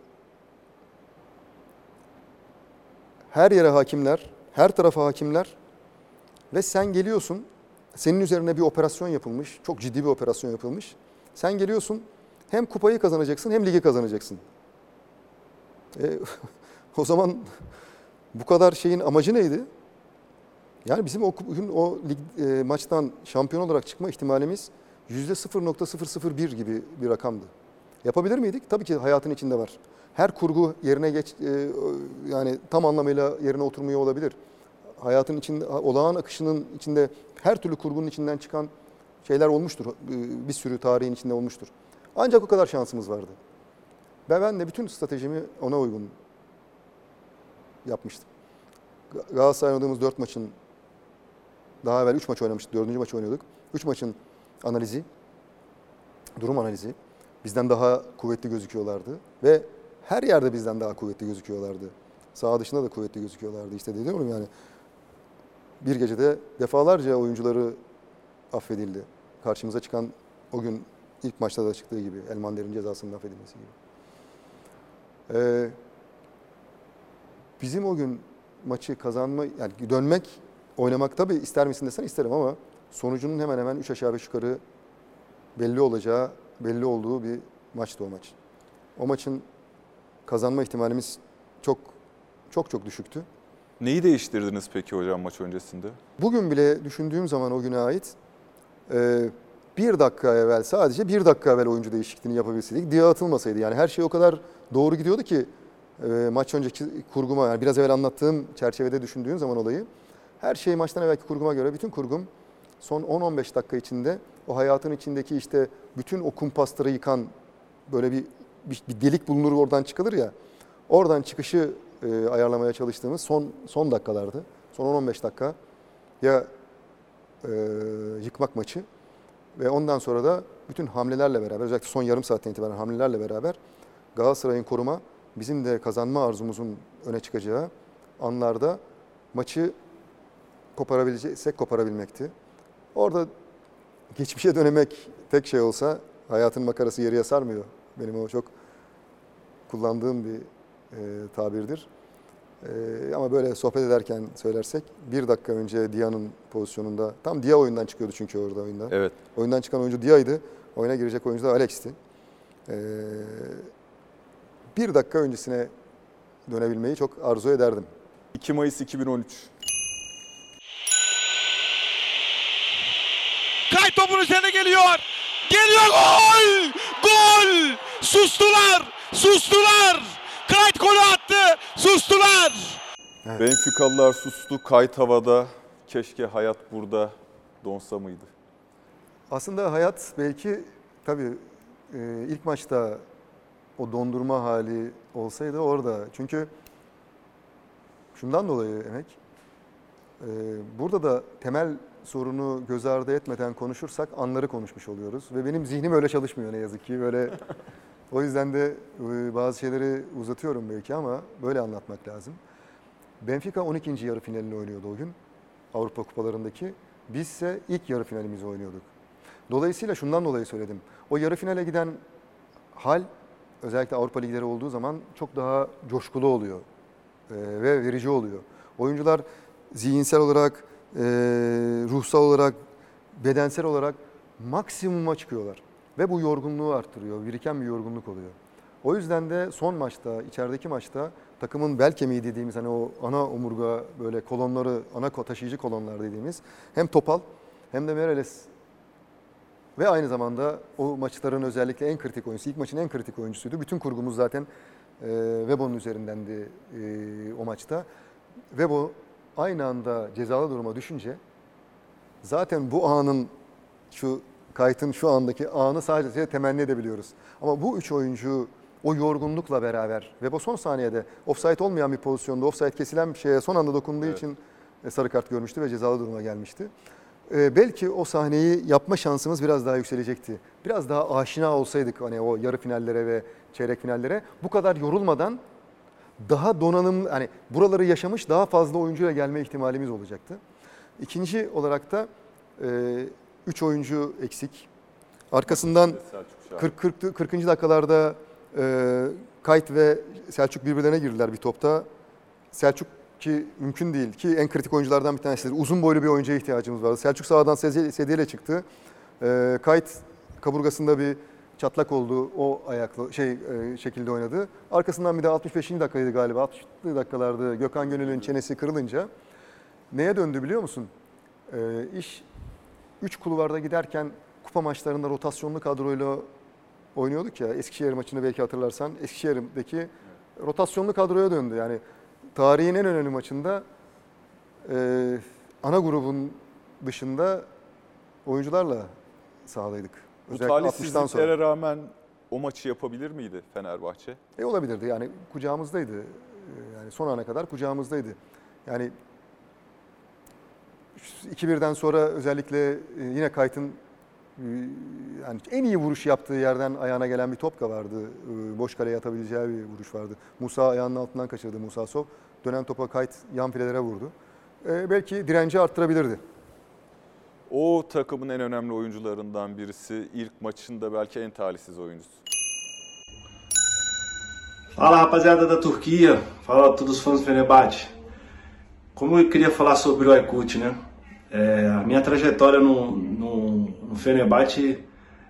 Her yere hakimler, her tarafa hakimler ve sen geliyorsun, senin üzerine bir operasyon yapılmış, çok ciddi bir operasyon yapılmış. Sen geliyorsun, hem kupayı kazanacaksın hem ligi kazanacaksın. O zaman bu kadar şeyin amacı neydi? Yani bizim o lig maçtan şampiyon olarak çıkma ihtimalimiz %0.001 gibi bir rakamdı. Yapabilir miydik? Tabii ki hayatın içinde var. Her kurgu yerine yani tam anlamıyla yerine oturmuyor olabilir. Hayatın içinde, olağan akışının içinde her türlü kurgunun içinden çıkan şeyler olmuştur. Bir sürü tarihin içinde olmuştur. Ancak o kadar şansımız vardı. Ve ben de bütün stratejimi ona uygun yapmıştım. Galatasaray oynadığımız 4 maçın daha evvel 3 maç oynamıştık. 4. maç oynuyorduk. 3 maçın analizi, durum analizi. Bizden daha kuvvetli gözüküyorlardı. Ve her yerde bizden daha kuvvetli gözüküyorlardı. Saha dışında da kuvvetli gözüküyorlardı. İşte diyorum yani bir gecede defalarca oyuncuları affedildi. Karşımıza çıkan o gün ilk maçta da çıktığı gibi Elmander'in cezasının affedilmesi gibi. Bizim o gün maçı kazanma, yani dönmek, oynamak tabii ister misin desen isterim ama sonucunun hemen hemen 3 aşağı 5 yukarı belli olduğu bir maçtı o maç. O maçın kazanma ihtimalimiz çok düşüktü. Neyi değiştirdiniz peki hocam maç öncesinde? Bugün bile düşündüğüm zaman o güne ait bir dakika evvel, sadece bir dakika evvel oyuncu değişikliğini yapabilseydik, Dia atılmasaydı. Yani her şey o kadar doğru gidiyordu ki maç önceki kurguma, yani biraz evvel anlattığım çerçevede düşündüğüm zaman olayı, her şey maçtan evvelki kurguma göre, bütün kurgum son 10-15 dakika içinde o hayatın içindeki işte bütün o kumpasları yıkan böyle bir delik bulunur, oradan çıkılır ya, oradan çıkışı ayarlamaya çalıştığımız son dakikalardı. Son 10-15 dakika ya yıkmak maçı ve ondan sonra da bütün hamlelerle beraber, özellikle son yarım saatten itibaren hamlelerle beraber Galatasaray'ın koruma, bizim de kazanma arzumuzun öne çıkacağı anlarda maçı koparabilmekti. Orada geçmişe dönemek tek şey olsa, hayatın makarası geriye sarmıyor. Benim o çok kullandığım bir tabirdir. Ama böyle sohbet ederken söylersek, bir dakika önce Dia'nın pozisyonunda, tam Dia oyundan çıkıyordu çünkü orada oyunda. Evet. Oyundan çıkan oyuncu Dia'ydı, oyuna girecek oyuncu da Alex'ti. Bir dakika öncesine dönebilmeyi çok arzu ederdim. 2 Mayıs 2013. Kayt topun üzerine geliyor. Geliyor, gol! Gol! Sustular! Kayt golü attı, sustular! Evet. Benfikalılar sustu, kayıt havada. Keşke hayat burada donsa mıydı? Aslında hayat belki tabii ilk maçta o dondurma hali olsaydı orada. Çünkü şundan dolayı Emek, burada da temel sorunu göz ardı etmeden konuşursak anları konuşmuş oluyoruz. Ve benim zihnim öyle çalışmıyor ne yazık ki. Böyle o yüzden de bazı şeyleri uzatıyorum belki ama böyle anlatmak lazım. Benfica 12. yarı finalini oynuyordu o gün. Avrupa kupalarındaki. Biz ise ilk yarı finalimizi oynuyorduk. Dolayısıyla şundan dolayı söyledim. O yarı finale giden hal, özellikle Avrupa ligleri olduğu zaman çok daha coşkulu oluyor ve verici oluyor. Oyuncular zihinsel olarak, ruhsal olarak, bedensel olarak maksimuma çıkıyorlar. Ve bu yorgunluğu arttırıyor, biriken bir yorgunluk oluyor. O yüzden de son maçta, içerideki maçta takımın bel kemiği dediğimiz hani o ana omurga böyle kolonları, ana taşıyıcı kolonlar dediğimiz hem Topal hem de Meireles ve aynı zamanda o maçların özellikle en kritik oyuncusu, ilk maçın en kritik oyuncusuydu. Bütün kurgumuz zaten Webo'nun üzerindendi o maçta. Webo aynı anda cezalı duruma düşünce zaten bu anın, şu kayıtın şu andaki anı sadece temenni edebiliyoruz. Ama bu üç oyuncu o yorgunlukla beraber Webo son saniyede ofsayt olmayan bir pozisyonda, ofsayt kesilen bir şeye son anda dokunduğu için sarı kart görmüştü ve cezalı duruma gelmişti. Belki o sahneyi yapma şansımız biraz daha yükselecekti. Biraz daha aşina olsaydık hani o yarı finallere ve çeyrek finallere, bu kadar yorulmadan daha donanımlı, hani buraları yaşamış daha fazla oyuncuyla gelme ihtimalimiz olacaktı. İkinci olarak da 3 oyuncu eksik. Arkasından 40. dakikalarda Kayt ve Selçuk birbirlerine girdiler bir topta. Selçuk ki mümkün değil ki en kritik oyunculardan bir tanesidir. Uzun boylu bir oyuncuya ihtiyacımız vardı. Selçuk sağdan sedyeyle çıktı. Kayt kaburgasında bir çatlak oldu. O ayaklı şekilde oynadı. Arkasından bir de 65. dakikaydı galiba. 60 dakikalarda Gökhan Gönül'ün çenesi kırılınca neye döndü biliyor musun? İş 3 kulvarda giderken kupa maçlarında rotasyonlu kadroyla oynuyorduk ya. Eskişehir maçını belki hatırlarsan. Eskişehir'deki rotasyonlu kadroya döndü. Yani tarihin en önemli maçında ana grubun dışında oyuncularla sahadaydık. Bu Özellikle 60'tan sonra. talihsizliklere rağmen o maçı yapabilir miydi Fenerbahçe? Olabilirdi yani kucağımızdaydı. Yani son ana kadar kucağımızdaydı. Yani 2-1'den sonra özellikle yine Kayt'ın yani en iyi vuruş yaptığı yerden ayağına gelen bir top da vardı. Boş kaleye atabileceği bir vuruş vardı. Musa ayağının altından kaçırdı, Musa Sov. Dönen topa Kayt yan filelere vurdu. Belki direnci arttırabilirdi. O takımın en önemli oyuncularından birisi. İlk maçında belki en talihsiz oyuncusu. Fala, rapaziada da Turquia, fala a todos os fãs do Fenerbahçe. Como eu queria falar sobre o Aykut, né? A minha trajetória no Fenerbahçe,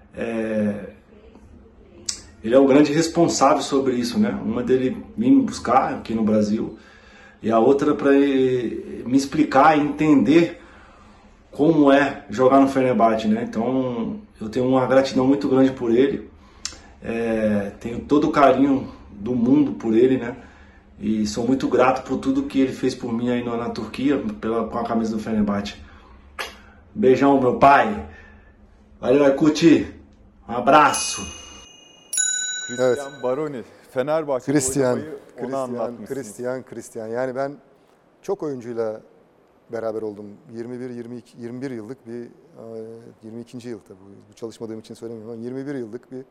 ele é o grande responsável sobre isso, né? Uma dele vir me buscar aqui no Brasil e a outra para me explicar e entender como é jogar no Fenerbahçe, né? Então eu tenho uma gratidão muito grande por ele, tenho todo o carinho do mundo por ele, né? E sou muito grato por tudo que ele fez por mim aí na Turquia com a camisa do Fenerbahçe. Beijão, meu pai. Valeu, Aykut. Abraço. Christian Baroni, Fenerbahçe oynamayı ona anlatmışsınız. Christian. Yani ben çok oyuncuyla beraber oldum. 21 yıllık bir 22. yıl tabii. Bu çalışmadığım için söylemiyorum ama 21 yıllık bir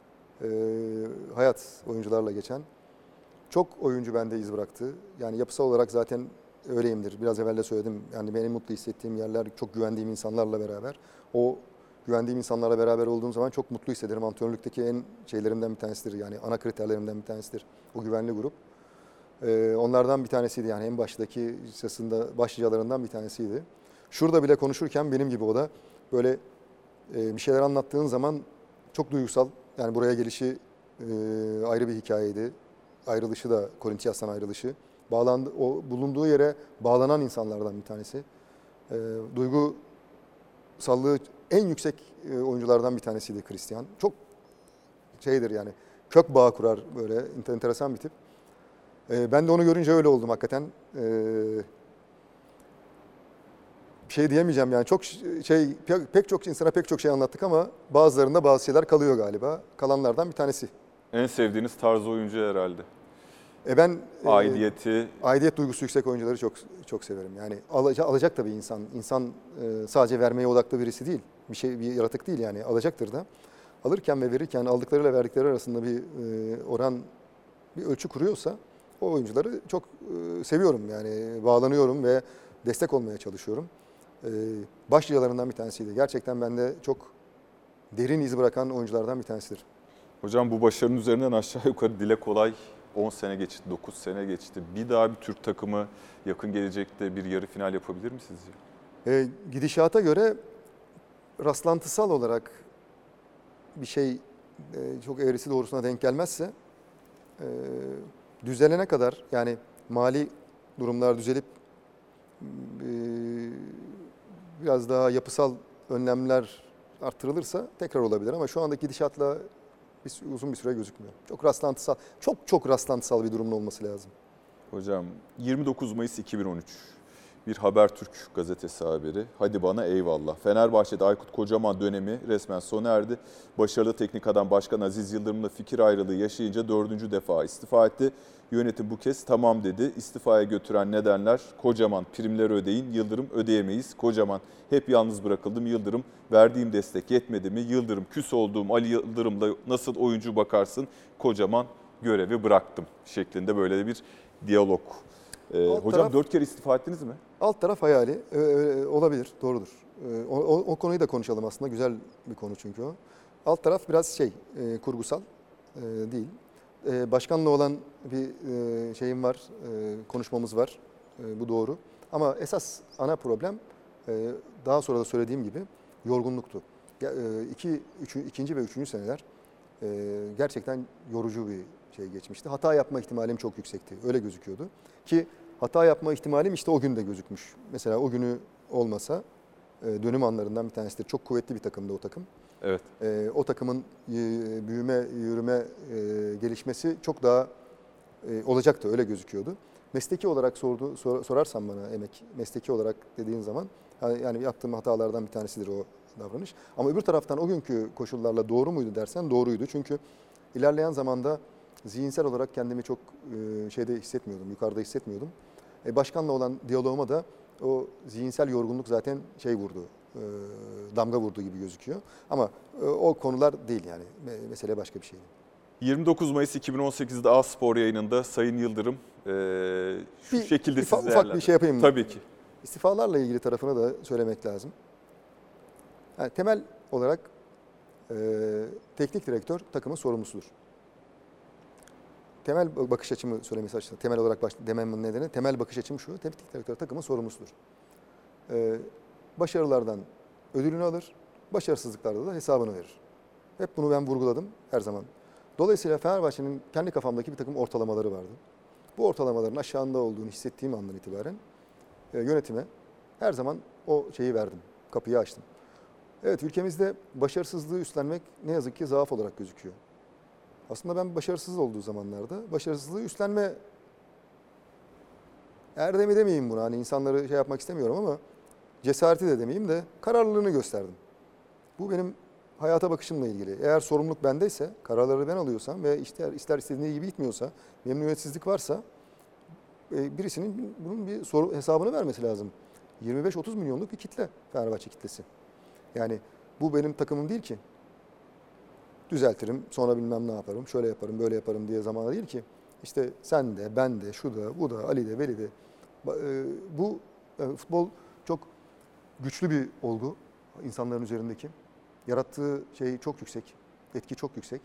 hayat oyuncularla geçen. Çok oyuncu bende iz bıraktı. Yani yapısal olarak zaten öyleyimdir. Biraz evvel de söyledim. Yani benim mutlu hissettiğim yerler çok güvendiğim insanlarla beraber. O güvendiğim insanlarla beraber olduğum zaman çok mutlu hissederim. Antrenörlükteki en şeylerimden bir tanesidir. Yani ana kriterlerimden bir tanesidir. O güvenli grup. Onlardan bir tanesiydi yani en baştaki sırasında başlıcalarından bir tanesiydi. Şurada bile konuşurken benim gibi o da böyle bir şeyler anlattığın zaman çok duygusal. Yani buraya gelişi ayrı bir hikayeydi. Ayrılışı da Corinthians'tan ayrılışı. O bulunduğu yere bağlanan insanlardan bir tanesi. Duygusallığı en yüksek oyunculardan bir tanesiydi Christian. Çok şeydir yani kök bağ kurar böyle enteresan bir tip. Ben de onu görünce öyle oldum hakikaten. Bir şey diyemeyeceğim yani çok pek çok insana pek çok şey anlattık ama bazılarında bazı şeyler kalıyor galiba. Kalanlardan bir tanesi. En sevdiğiniz tarz oyuncu herhalde. Ben aidiyet duygusu yüksek oyuncuları çok severim. Yani alacak da bir insan. İnsan sadece vermeye odaklı birisi değil. Bir yaratık değil yani alacaktır da. Alırken ve verirken aldıklarıyla verdikleri arasında bir oran, bir ölçü kuruyorsa o oyuncuları çok seviyorum yani bağlanıyorum ve destek olmaya çalışıyorum. Başlıcalarından bir tanesiydi. Gerçekten bende çok derin iz bırakan oyunculardan bir tanesidir. Hocam bu başarının üzerinden aşağı yukarı dile kolay 10 sene geçti, 9 sene geçti. Bir daha bir Türk takımı yakın gelecekte bir yarı final yapabilir mi sizce? Gidişata göre rastlantısal olarak bir şey çok eğrisi doğrusuna denk gelmezse düzelene kadar yani mali durumlar düzelip biraz daha yapısal önlemler arttırılırsa tekrar olabilir ama şu andaki gidişatla uzun bir süre gözükmüyor. Çok rastlantısal bir durumun olması lazım. Hocam 29 Mayıs 2013 bir Habertürk gazetesi haberi. Hadi bana eyvallah. Fenerbahçe'de Aykut Kocaman dönemi resmen sona erdi. Başarılı teknik adam Başkan Aziz Yıldırım'la fikir ayrılığı yaşayınca 4. defa istifa etti. Yönetim bu kez tamam dedi. İstifaya götüren nedenler Kocaman primleri ödeyin, Yıldırım ödeyemeyiz. Kocaman hep yalnız bırakıldım. Yıldırım verdiğim destek yetmedi mi? Yıldırım küs olduğum Ali Yıldırım'la nasıl oyuncu bakarsın? Kocaman görevi bıraktım şeklinde böyle bir diyalog. Hocam 4 kere istifa ettiniz mi? Alt taraf hayali olabilir, doğrudur. O konuyu da konuşalım aslında. Güzel bir konu çünkü o. Alt taraf biraz kurgusal değil. Başkanla olan bir şeyim var, konuşmamız var. Bu doğru. Ama esas ana problem daha sonra da söylediğim gibi yorgunluktu. İkinci ve üçüncü seneler gerçekten yorucu bir şey geçmişti. Hata yapma ihtimalim çok yüksekti. Öyle gözüküyordu. Ki hata yapma ihtimalim işte o gün de gözükmüş. Mesela o günü olmasa dönüm anlarından bir tanesidir. Çok kuvvetli bir takımdı o takım. Evet. O takımın büyüme, yürüme, gelişmesi çok daha olacaktı. Öyle gözüküyordu. Mesleki olarak sorarsan bana Emek, mesleki olarak dediğin zaman yani yaptığım hatalardan bir tanesidir o davranış. Ama öbür taraftan o günkü koşullarla doğru muydu dersen doğruydu. Çünkü ilerleyen zamanda zihinsel olarak kendimi çok şeyde hissetmiyordum, yukarıda hissetmiyordum. Başkanla olan diyaloğuma da o zihinsel yorgunluk zaten vurdu, damga vurdu gibi gözüküyor. Ama o konular değil yani, mesele başka bir şey. 29 Mayıs 2018'de A-Spor yayınında Sayın Yıldırım şu şekilde siz ufak bir şey yapayım mı? Tabii ki. İstifalarla ilgili tarafını da söylemek lazım. Yani temel olarak teknik direktör takımın sorumlusudur. Temel bakış açımı söylemesi açısından, temel olarak dememin nedeni, temel bakış açım şu: teknik direktör takımın sorumlusudur. Başarılardan ödülünü alır, başarısızlıklarda da hesabını verir. Hep bunu ben vurguladım her zaman. Dolayısıyla Fenerbahçe'nin kendi kafamdaki bir takım ortalamaları vardı. Bu ortalamaların aşağında olduğunu hissettiğim andan itibaren yönetime her zaman o şeyi verdim, kapıyı açtım. Evet, ülkemizde başarısızlığı üstlenmek ne yazık ki zaaf olarak gözüküyor. Aslında ben başarısız olduğu zamanlarda başarısızlığı üstlenme erdemi demeyeyim buna, hani insanları şey yapmak istemiyorum ama cesareti de demeyeyim de kararlılığını gösterdim. Bu benim hayata bakışımla ilgili. Eğer sorumluluk bendeyse, kararları ben alıyorsam ve ister istediği gibi gitmiyorsa, memnuniyetsizlik varsa birisinin bunun bir hesabını vermesi lazım. 25-30 milyonluk bir kitle, Fenerbahçe kitlesi. Yani bu benim takımım değil ki. Düzeltirim, sonra bilmem ne yaparım, şöyle yaparım, böyle yaparım diye zamana değil ki. İşte sen de, ben de, şu da, bu da, Ali de, Veli de. Bu futbol çok güçlü bir olgu insanların üzerindeki. Yarattığı şey çok yüksek, etki çok yüksek.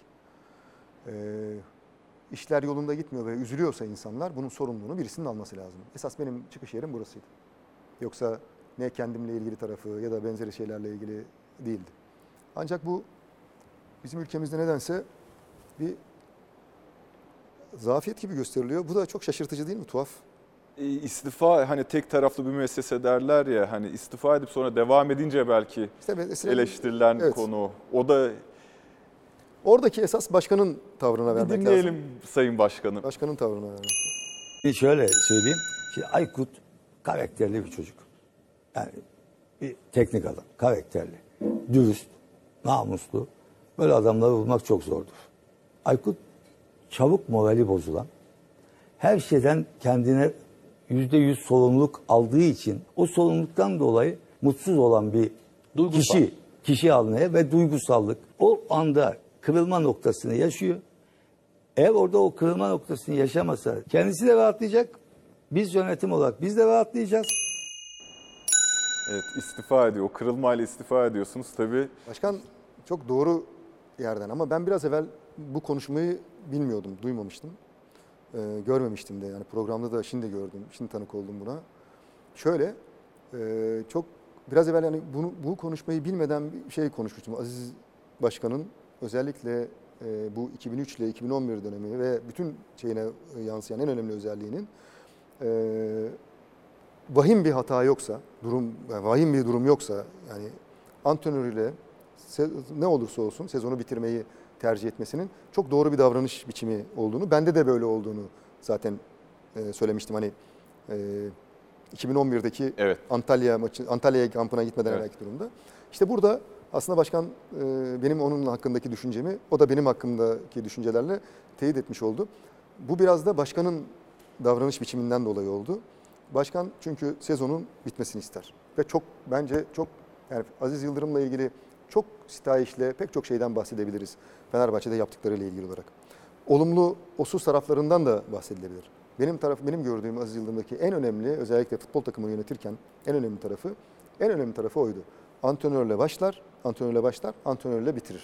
İşler yolunda gitmiyor ve üzülüyorsa insanlar, bunun sorumluluğunu birisinin alması lazım. Esas benim çıkış yerim burasıydı. Yoksa ne kendimle ilgili tarafı ya da benzeri şeylerle ilgili değildi. Ancak bu bizim ülkemizde nedense bir zafiyet gibi gösteriliyor. Bu da çok şaşırtıcı değil mi? Tuhaf. İstifa, hani tek taraflı bir müessese derler ya, hani istifa edip sonra devam edince belki eleştirilen konu. O da oradaki esas başkanın tavrına vermek lazım. Dinleyelim Sayın Başkanım. Başkanın tavrına vermek. Şöyle söyleyeyim. Şimdi Aykut karakterli bir çocuk. Yani bir teknik adam, karakterli, dürüst, namuslu. Böyle adamları bulmak çok zordur. Aykut çabuk morali bozulan, her şeyden kendine %100 sorumluluk aldığı için o sorumluluktan dolayı mutsuz olan bir kişi haline ve duygusallık. O anda kırılma noktasını yaşıyor. Eğer orada o kırılma noktasını yaşamasa kendisi de rahatlayacak. Biz yönetim olarak biz de rahatlayacağız. Evet, istifa ediyor. O kırılmayla istifa ediyorsunuz tabii. Başkan çok doğru yerden, ama ben biraz evvel bu konuşmayı bilmiyordum, duymamıştım. Görmemiştim de, yani programda da şimdi gördüm, şimdi tanık oldum buna. Şöyle, çok biraz evvel yani bu konuşmayı bilmeden bir şey konuşmuştum. Aziz Başkan'ın özellikle bu 2003 ile 2011 dönemi ve bütün şeyine yansıyan en önemli özelliğinin vahim bir hata yoksa, vahim bir durum yoksa, yani antrenörüyle ne olursa olsun sezonu bitirmeyi tercih etmesinin çok doğru bir davranış biçimi olduğunu, bende de böyle olduğunu zaten söylemiştim. Hani 2011'deki evet, Antalya kampına gitmeden evvelki durumda. İşte burada aslında başkan benim onun hakkındaki düşüncemi, o da benim hakkımdaki düşüncelerle teyit etmiş oldu. Bu biraz da başkanın davranış biçiminden dolayı oldu. Başkan çünkü sezonun bitmesini ister. Ve bence çok yani Aziz Yıldırım'la ilgili çok sitayişle pek çok şeyden bahsedebiliriz. Fenerbahçe'de yaptıklarıyla ilgili olarak. Olumlu, olumsuz taraflarından da bahsedilebilir. Benim gördüğüm Aziz Yıldırım'daki en önemli, özellikle futbol takımını yönetirken en önemli tarafı oydu. Antrenörle başlar, antrenörle bitirir.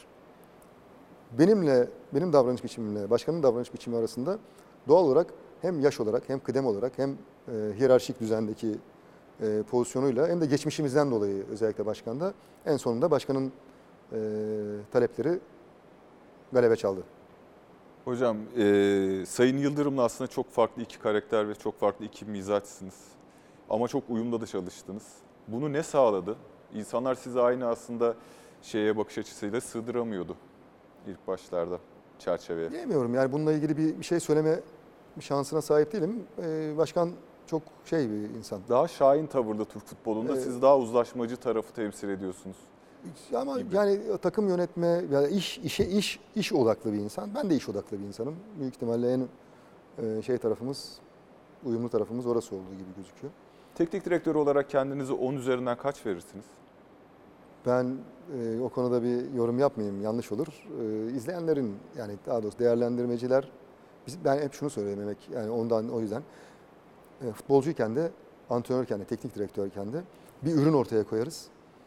Benim davranış biçimimle başkanın davranış biçimi arasında doğal olarak hem yaş olarak hem kıdem olarak hem hiyerarşik düzendeki pozisyonuyla hem de geçmişimizden dolayı özellikle başkanda en sonunda başkanın talepleri galebe çaldı. Hocam, Sayın Yıldırım'la aslında çok farklı iki karakter ve çok farklı iki mizaçsınız. Ama çok uyumda da çalıştınız. Bunu ne sağladı? İnsanlar sizi aynı aslında bakış açısıyla sığdıramıyordu ilk başlarda çerçeveye. Bilemiyorum, yani bununla ilgili bir şey söyleme şansına sahip değilim. Başkan çok bir insan. Daha şahin tavırlı Türk futbolunda, siz daha uzlaşmacı tarafı temsil ediyorsunuz. Ama yani takım yönetme, yani iş odaklı bir insan. Ben de iş odaklı bir insanım. Büyük ihtimalle en uyumlu tarafımız orası olduğu gibi gözüküyor. Teknik direktör olarak kendinizi 10 üzerinden kaç verirsiniz? Ben o konuda bir yorum yapmayayım, yanlış olur. İzleyenlerin, yani daha doğrusu değerlendirmeciler, ben hep şunu söylemek, yani o yüzden futbolcuyken de, antrenörken de, teknik direktörken de bir ürün ortaya koyarız.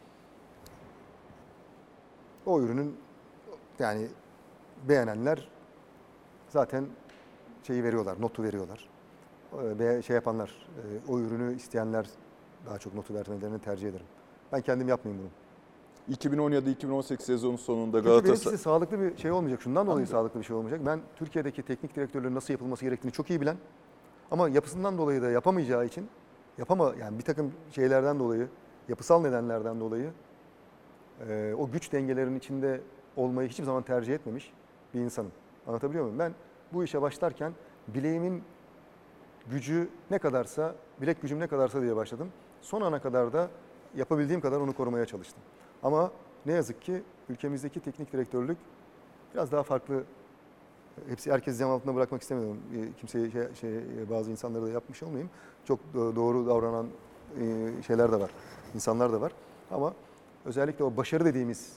O ürünün, yani beğenenler zaten şeyi veriyorlar, notu veriyorlar. Şey yapanlar, o ürünü isteyenler daha çok notu vermelerini tercih ederim. Ben kendim yapmayayım bunu. 2017-2018 sezonu sonunda Çünkü Galatasaray... benimkisi sağlıklı bir şey olmayacak. Şundan dolayı sağlıklı bir şey olmayacak. Ben Türkiye'deki teknik direktörlerin nasıl yapılması gerektiğini çok iyi bilen ama yapısından dolayı da yapamayacağı için yani bir takım şeylerden dolayı, yapısal nedenlerden dolayı o güç dengelerinin içinde olmayı hiçbir zaman tercih etmemiş bir insanım. Anlatabiliyor muyum? Ben bu işe başlarken bileğimin gücü ne kadarsa, bilek gücüm ne kadarsa diye başladım. Son ana kadar da yapabildiğim kadar onu korumaya çalıştım. Ama ne yazık ki ülkemizdeki teknik direktörlük biraz daha farklı. Herkesi zem altında bırakmak istemiyorum. Kimseyi bazı insanları da yapmış olmayayım. Çok doğru davranan şeyler de var, insanlar da var. Ama özellikle o başarı dediğimiz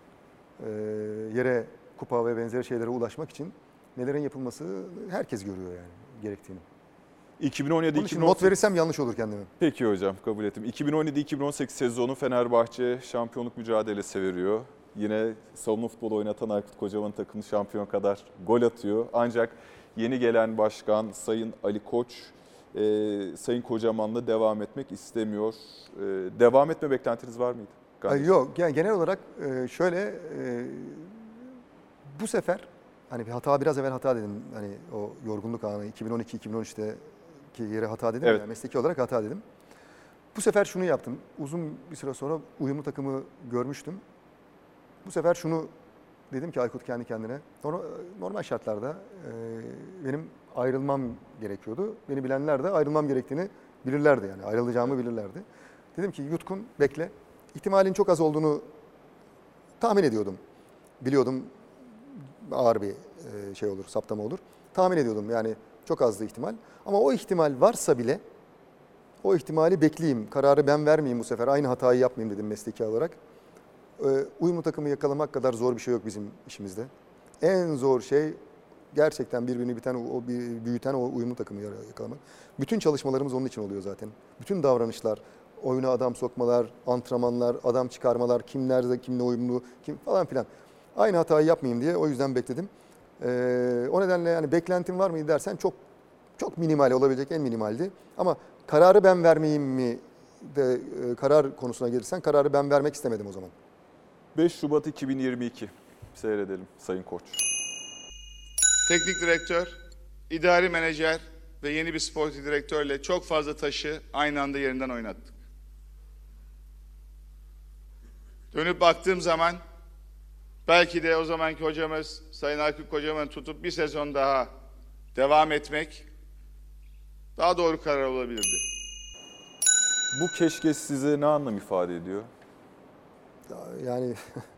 yere, kupa ve benzeri şeylere ulaşmak için nelerin yapılması herkes görüyor yani gerektiğini. 2017-2018 not verirsem yanlış olur kendime. Peki hocam, kabul ettim. 2017-2018 sezonu Fenerbahçe şampiyonluk mücadelesi veriyor. Yine savunma futbolu oynatan Aykut Kocaman takımı şampiyon kadar gol atıyor. Ancak yeni gelen başkan Sayın Ali Koç, Sayın Kocaman'la devam etmek istemiyor. Devam etme beklentiniz var mıydı? Yok, yani genel olarak şöyle bu sefer hani biraz evvel hata dedim. Hani o yorgunluk anı 2012-2013'te yere hata dedim. Evet. Yani mesleki olarak hata dedim. Bu sefer şunu yaptım. Uzun bir süre sonra uyumlu takımı görmüştüm. Bu sefer şunu dedim ki Aykut kendi kendine. Normal şartlarda benim ayrılmam gerekiyordu. Beni bilenler de ayrılmam gerektiğini bilirlerdi yani. Ayrılacağımı bilirlerdi. Dedim ki Yutkun bekle. İhtimalin çok az olduğunu tahmin ediyordum. Biliyordum ağır bir şey olur, saptama olur. Tahmin ediyordum yani çok azdı ihtimal. Ama o ihtimal varsa bile o ihtimali bekleyeyim. Kararı ben vermeyeyim bu sefer. Aynı hatayı yapmayayım dedim mesleki olarak. Uyumlu takımı yakalamak kadar zor bir şey yok bizim işimizde. En zor şey gerçekten birbirini büyüten o uyumlu takımı yakalamak. Bütün çalışmalarımız onun için oluyor zaten. Bütün davranışlar, oyuna adam sokmalar, antrenmanlar, adam çıkarmalar, kimler kimle uyumlu, kim falan filan. Aynı hatayı yapmayayım diye o yüzden bekledim. O nedenle yani beklentim var mıydı dersen çok minimal olabilecek en minimaldi. Ama kararı ben vermeyeyim mi de karar konusuna gelirsen kararı ben vermek istemedim o zaman. 5 Şubat 2022 seyredelim Sayın Koç. Teknik direktör, idari menajer ve yeni bir sportif direktörle çok fazla taşı aynı anda yerinden oynattık. Dönüp baktığım zaman belki de o zamanki hocamız Sayın Aykut Kocaman'ı tutup bir sezon daha devam etmek daha doğru karar olabilirdi. Bu keşke size ne anlam ifade ediyor? Yani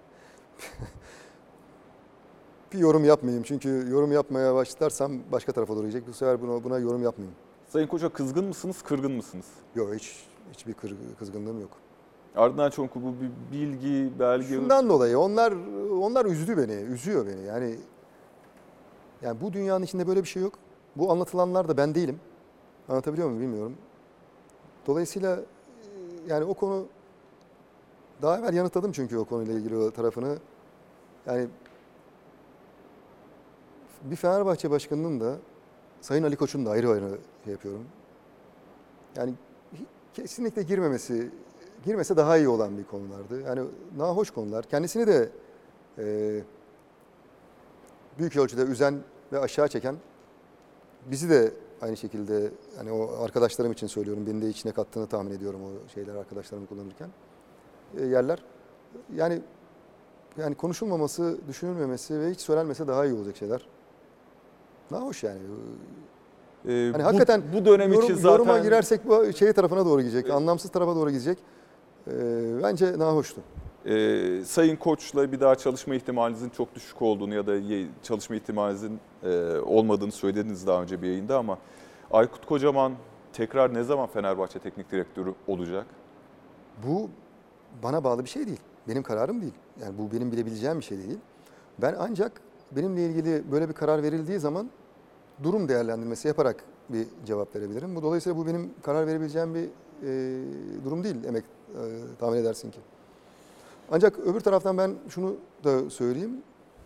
bir yorum yapmayayım çünkü yorum yapmaya başlarsam başka tarafa doğru gidecek. Bu sefer buna yorum yapmayayım. Sayın Koç'a kızgın mısınız, kırgın mısınız? Yok, hiçbir kızgınlığım yok. Ardından Çonku bu bir bilgi, belge... Şundan dolayı onlar üzüyor beni. Yani bu dünyanın içinde böyle bir şey yok. Bu anlatılanlar da ben değilim. Anlatabiliyor muyum bilmiyorum. Dolayısıyla yani o konu daha evvel yanıtladım çünkü o konuyla ilgili o tarafını. Yani bir Fenerbahçe başkanının da Sayın Ali Koç'un da ayrı şey yapıyorum. Yani kesinlikle girmese daha iyi olan bir konulardı. Yani nahoş konular. Kendisini de büyük ölçüde üzen ve aşağı çeken, bizi de aynı şekilde, hani o arkadaşlarım için söylüyorum, beni de içine kattığını tahmin ediyorum o şeyler arkadaşlarımı kullanırken yerler. Yani konuşulmaması, düşünülmemesi ve hiç söylenmese daha iyi olacak şeyler. Nahoş yani. Hani hakikaten bu dönem için zaten yoruma girersek bu şey tarafına doğru gidecek, anlamsız tarafa doğru gidecek. Bence nahoştu. Sayın Koç'la bir daha çalışma ihtimalinizin çok düşük olduğunu ya da çalışma ihtimalinizin olmadığını söylediniz daha önce bir yayında ama Aykut Kocaman tekrar ne zaman Fenerbahçe teknik direktörü olacak? Bu bana bağlı bir şey değil. Benim kararım değil. Yani bu benim bilebileceğim bir şey değil. Ben ancak benimle ilgili böyle bir karar verildiği zaman durum değerlendirmesi yaparak bir cevap verebilirim. Bu dolayısıyla bu benim karar verebileceğim bir durum değil tahmin edersin ki. Ancak öbür taraftan ben şunu da söyleyeyim.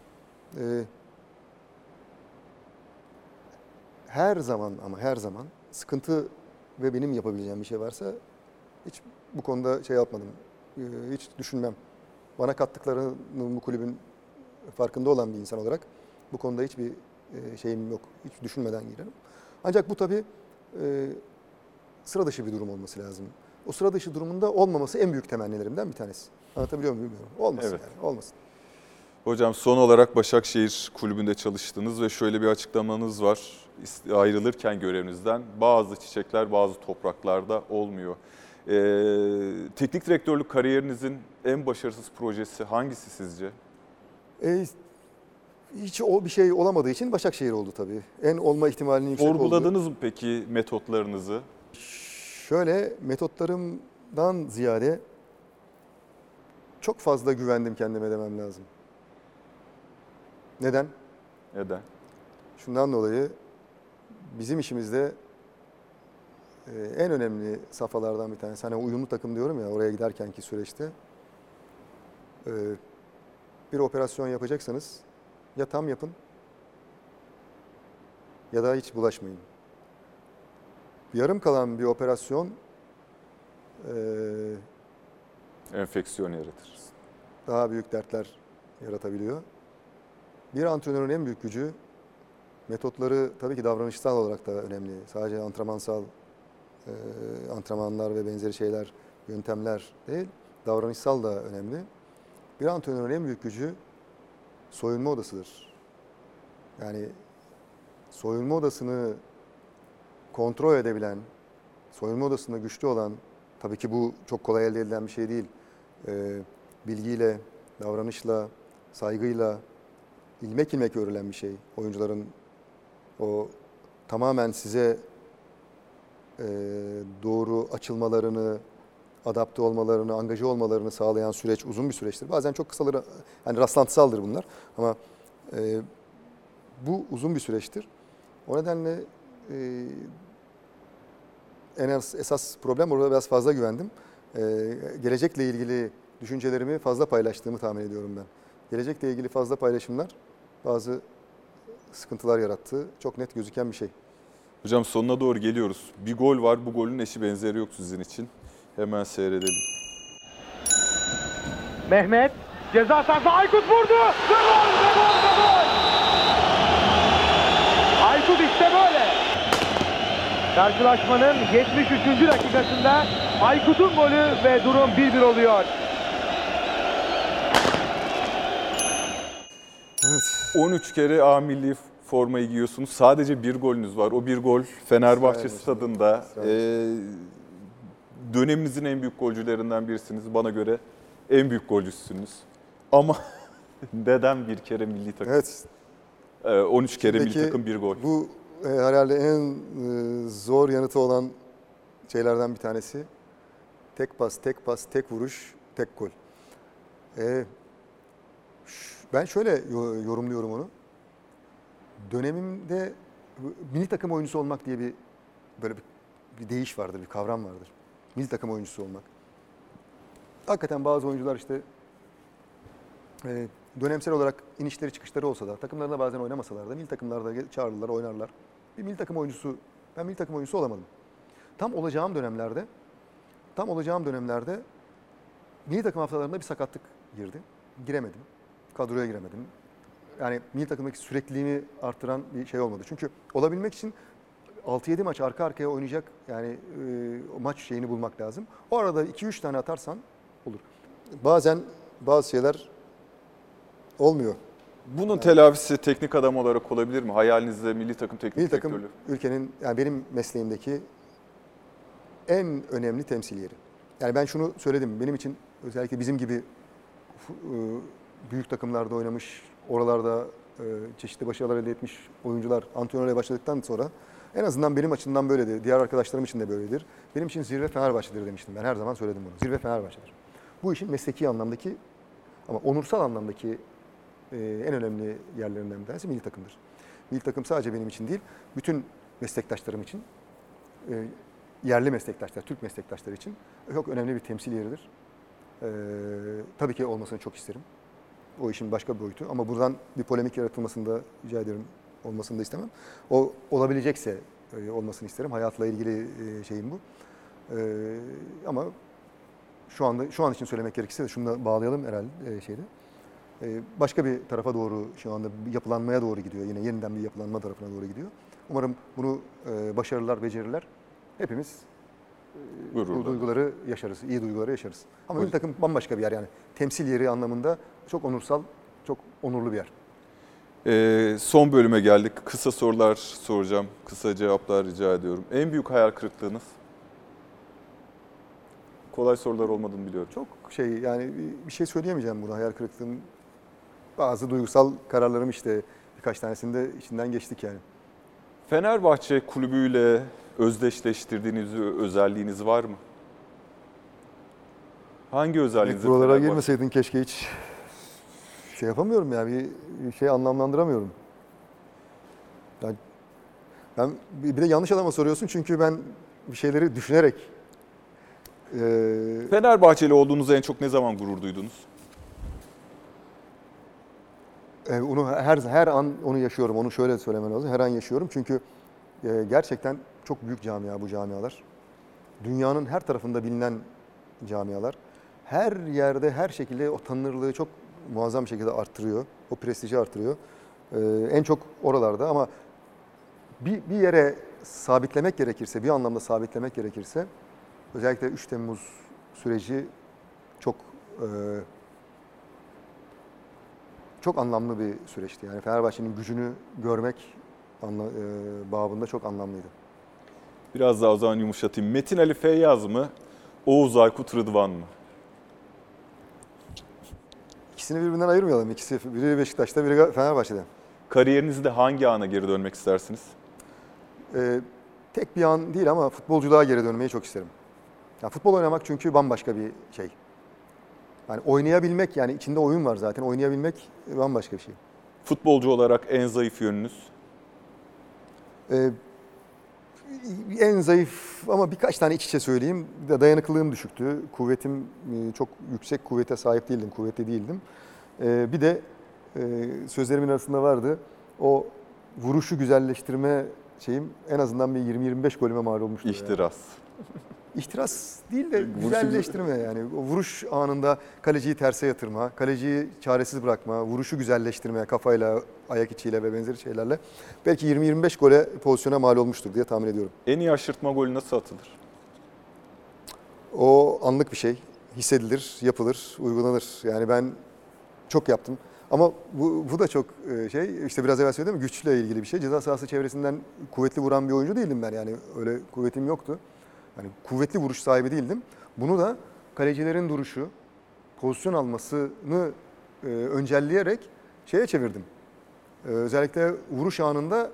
Her zaman sıkıntı ve benim yapabileceğim bir şey varsa hiç bu konuda şey yapmadım. Hiç düşünmem. Bana kattıklarının bu kulübün farkında olan bir insan olarak bu konuda hiçbir şeyim yok. Hiç düşünmeden girerim. Ancak bu tabii sıra dışı bir durum olması lazım. O sıra dışı durumunda olmaması en büyük temennilerimden bir tanesi. Anlatabiliyor muyum bilmiyorum. Olmasın Evet. yani. Olmasın. Hocam son olarak Başakşehir Kulübü'nde çalıştınız ve şöyle bir açıklamanız var. Ayrılırken görevinizden bazı çiçekler bazı topraklarda olmuyor. Teknik direktörlük kariyerinizin en başarısız projesi hangisi sizce? Hiç o bir şey olamadığı için Başakşehir oldu tabii. En olma ihtimalinin yüksek olduğu. Sorguladınız mı peki metotlarınızı? Şöyle metotlarımdan ziyade çok fazla güvendim kendime demem lazım. Neden? Neden? Şundan dolayı bizim işimizde en önemli safhalardan bir tanesi. Hani uyumlu takım diyorum ya oraya giderkenki süreçte bir operasyon yapacaksanız ya tam yapın ya da hiç bulaşmayın. Yarım kalan bir operasyon Enfeksiyon yaratır. daha büyük dertler yaratabiliyor. Bir antrenörün en büyük gücü metotları tabii ki davranışsal olarak da önemli. Sadece antrenmanlar ve benzeri şeyler, yöntemler değil, davranışsal da önemli. Bir antrenörün en büyük gücü soyunma odasıdır. Yani soyunma odasını kontrol edebilen, soyunma odasında güçlü olan, tabii ki bu çok kolay elde edilen bir şey değil. Bilgiyle, davranışla, saygıyla, ilmek ilmek örülen bir şey. Oyuncuların o tamamen size doğru açılmalarını, adapte olmalarını, angaje olmalarını sağlayan süreç uzun bir süreçtir. Bazen çok kısaları, hani rastlantısaldır bunlar ama bu uzun bir süreçtir. O nedenle esas problem orada biraz fazla güvendim. Gelecekle ilgili düşüncelerimi fazla paylaştığımı tahmin ediyorum ben. Gelecekle ilgili fazla paylaşımlar bazı sıkıntılar yarattı. Çok net gözüken bir şey. Hocam sonuna doğru geliyoruz. Bir gol var. Bu golün eşi benzeri yok sizin için. Hemen seyredelim. Mehmet ceza sahası Aykut vurdu. Ve gol, ve gol, ve gol. Aykut işte böyle. Karşılaşmanın 73. dakikasında Aykut'un golü ve durum 1-1 oluyor. Evet. 13 kere A milli formayı giyiyorsunuz. Sadece bir golünüz var. O bir gol Fenerbahçe stadında. Döneminizin en büyük golcülerinden birisiniz. Bana göre en büyük golcüsünüz. Ama neden bir kere milli takım? Evet. 13 kere Şimdiki milli takım bir gol. Bu herhalde en zor yanıtı olan şeylerden bir tanesi. Tek pas, tek pas, tek vuruş, tek gol. Ben şöyle yorumluyorum onu. Dönemimde milli takım oyuncusu olmak diye böyle bir deyiş vardır, bir kavram vardır. Milli takım oyuncusu olmak. Hakikaten bazı oyuncular işte dönemsel olarak inişleri çıkışları olsa da takımlarında bazen oynamasalar da milli takımlarda çağrılırlar, oynarlar. Ben milli takım oyuncusu olamadım. Tam olacağım dönemlerde milli takım haftalarında bir sakatlık girdi. Giremedim. Kadroya giremedim. Yani milli takımdaki sürekliliğimi arttıran bir şey olmadı. Çünkü olabilmek için 6-7 maç arka arkaya oynayacak yani o maç şeyini bulmak lazım. O arada 2-3 tane atarsan olur. Bazen bazı şeyler olmuyor. Bunun telafisi teknik adam olarak olabilir mi? Hayalinizde milli takım teknik direktörlüğü. Milli takım ülkenin, yani benim mesleğimdeki en önemli temsil yeri. Yani ben şunu söyledim, benim için özellikle bizim gibi büyük takımlarda oynamış, oralarda çeşitli başarılar elde etmiş oyuncular antrenörle başladıktan sonra En azından benim açımdan böyledir. Diğer arkadaşlarım için de böyledir. Benim için zirve Fenerbahçe'dir demiştim. Ben her zaman söyledim bunu. Zirve Fenerbahçe'dir. Bu işin mesleki anlamdaki ama onursal anlamdaki en önemli yerlerinden bir tanesi milli takımdır. Milli takım sadece benim için değil, bütün meslektaşlarım için, yerli meslektaşlar, Türk meslektaşlar için çok önemli bir temsil yeridir. Tabii ki olmasını çok isterim. O işin başka bir boyutu ama buradan bir polemik yaratılmasını da rica ederim. Olmasını da istemem. O olabilecekse olmasını isterim. Hayatla ilgili şeyim bu. Ama şu an için söylemek gerekirse de şunu da bağlayalım herhalde şeyde. Başka bir tarafa doğru şu anda yapılanmaya doğru gidiyor. Yine yeniden bir yapılanma tarafına doğru gidiyor. Umarım bunu başarırlar, becerirler. Hepimiz bu duyguları yaşarız, iyi duyguları yaşarız. Ama milli takım bambaşka bir yer yani. Temsil yeri anlamında çok onursal, çok onurlu bir yer. Son bölüme geldik. Kısa sorular soracağım. Kısa cevaplar rica ediyorum. En büyük hayal kırıklığınız? Kolay sorular olmadığını biliyorum. Çok yani bir şey söyleyemeyeceğim buna hayal kırıklığının. Bazı duygusal kararlarım işte birkaç tanesinde içinden geçtik yani. Fenerbahçe kulübüyle özdeşleştirdiğiniz özelliğiniz var mı? Hangi özelliğinizi? Buralara girmeseydin keşke hiç şey yapamıyorum ya bir şey anlamlandıramıyorum. Yani ben bir de yanlış adama soruyorsun çünkü ben bir şeyleri düşünerek Fenerbahçeli olduğunuzu en çok ne zaman gurur duydunuz? Onu her an onu yaşıyorum. Onu şöyle söylemem lazım. Her an yaşıyorum. Çünkü gerçekten çok büyük camia bu camialar. Dünyanın her tarafında bilinen camialar. Her yerde, her şekilde o tanınırlığı çok muazzam bir şekilde arttırıyor. O prestiji arttırıyor. En çok oralarda ama bir yere sabitlemek gerekirse, bir anlamda sabitlemek gerekirse özellikle 3 Temmuz süreci çok anlamlı bir süreçti. Yani Fenerbahçe'nin gücünü görmek babında çok anlamlıydı. Biraz daha o zaman yumuşatayım. Metin Ali Feyyaz mı? Oğuz Aykut Rıdvan mı? İkisini birbirinden ayırmayalım. Biri Beşiktaş'ta, biri Fenerbahçe'de. Kariyerinizde hangi ana geri dönmek istersiniz? Tek bir an değil ama futbolculuğa geri dönmeyi çok isterim. Yani futbol oynamak çünkü bambaşka bir şey. Yani oynayabilmek, yani içinde oyun var zaten. Oynayabilmek bambaşka bir şey. Futbolcu olarak en zayıf yönünüz? En zayıf ama birkaç tane iç içe söyleyeyim. Dayanıklılığım düşüktü. Kuvvetim çok yüksek kuvvete sahip değildim. Kuvvetli değildim. Bir de sözlerimin arasında vardı. O vuruşu güzelleştirme şeyim en azından bir 20-25 golüme mal olmuştu. İhtiras. İhtiras değil de güzelleştirme yani. O vuruş anında kaleciyi terse yatırma, kaleciyi çaresiz bırakma, vuruşu güzelleştirme kafayla, ayak içiyle ve benzeri şeylerle. Belki 20-25 gole pozisyona mal olmuştur diye tahmin ediyorum. En iyi aşırtma golü nasıl atılır? O anlık bir şey. Hissedilir, yapılır, uygulanır. Yani ben çok yaptım. Ama bu da çok işte biraz evvel söyledim güçle ilgili bir şey. Ceza sahası çevresinden kuvvetli vuran bir oyuncu değildim ben. Yani öyle kuvvetim yoktu. Yani kuvvetli vuruş sahibi değildim. Bunu da kalecilerin duruşu, pozisyon almasını öncelleyerek şeye çevirdim. Özellikle vuruş anında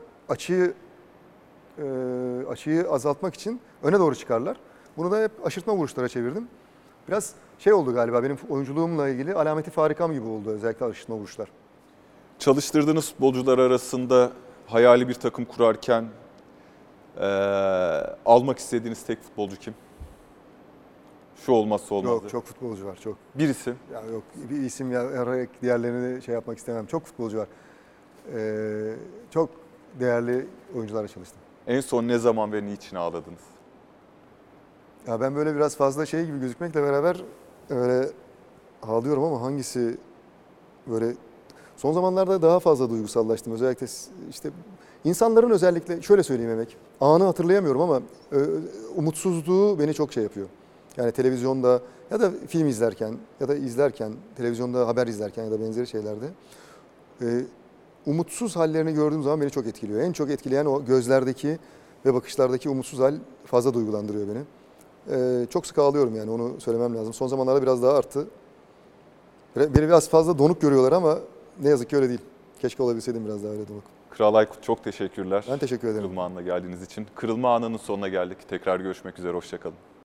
açıyı azaltmak için öne doğru çıkarlar. Bunu da hep aşırtma vuruşlara çevirdim. Biraz oldu galiba benim oyunculuğumla ilgili alameti farikam gibi oldu özellikle aşırtma vuruşlar. Çalıştırdığınız futbolcular arasında hayali bir takım kurarken almak istediğiniz tek futbolcu kim? Şu olmazsa olmaz. Yok, çok futbolcu var, çok. Bir isim? Ya yok, bir isim arayarak diğerlerini yapmak istemem. Çok futbolcu var. Çok değerli oyuncularla çalıştım. En son ne zaman ve niçin ağladınız? Ya ben böyle biraz fazla gibi gözükmekle beraber öyle ağlıyorum ama hangisi böyle son zamanlarda daha fazla duygusallaştım. Özellikle işte insanların özellikle şöyle söyleyeyim Emek. Anı hatırlayamıyorum ama umutsuzluğu beni çok yapıyor. Yani televizyonda ya da film izlerken ya da televizyonda haber izlerken ya da benzeri şeylerde umutsuz hallerini gördüğüm zaman beni çok etkiliyor. En çok etkileyen o gözlerdeki ve bakışlardaki umutsuz hal fazla duygulandırıyor beni. Çok sık ağlıyorum yani onu söylemem lazım. Son zamanlarda biraz daha arttı. Beni biraz fazla donuk görüyorlar ama ne yazık ki öyle değil. Keşke olabilseydim biraz daha öyle donuk. Kral Aykut çok teşekkürler. Ben teşekkür ederim. Kırılma Anı'na geldiğiniz için. Kırılma Anı'nın sonuna geldik. Tekrar görüşmek üzere. Hoşçakalın.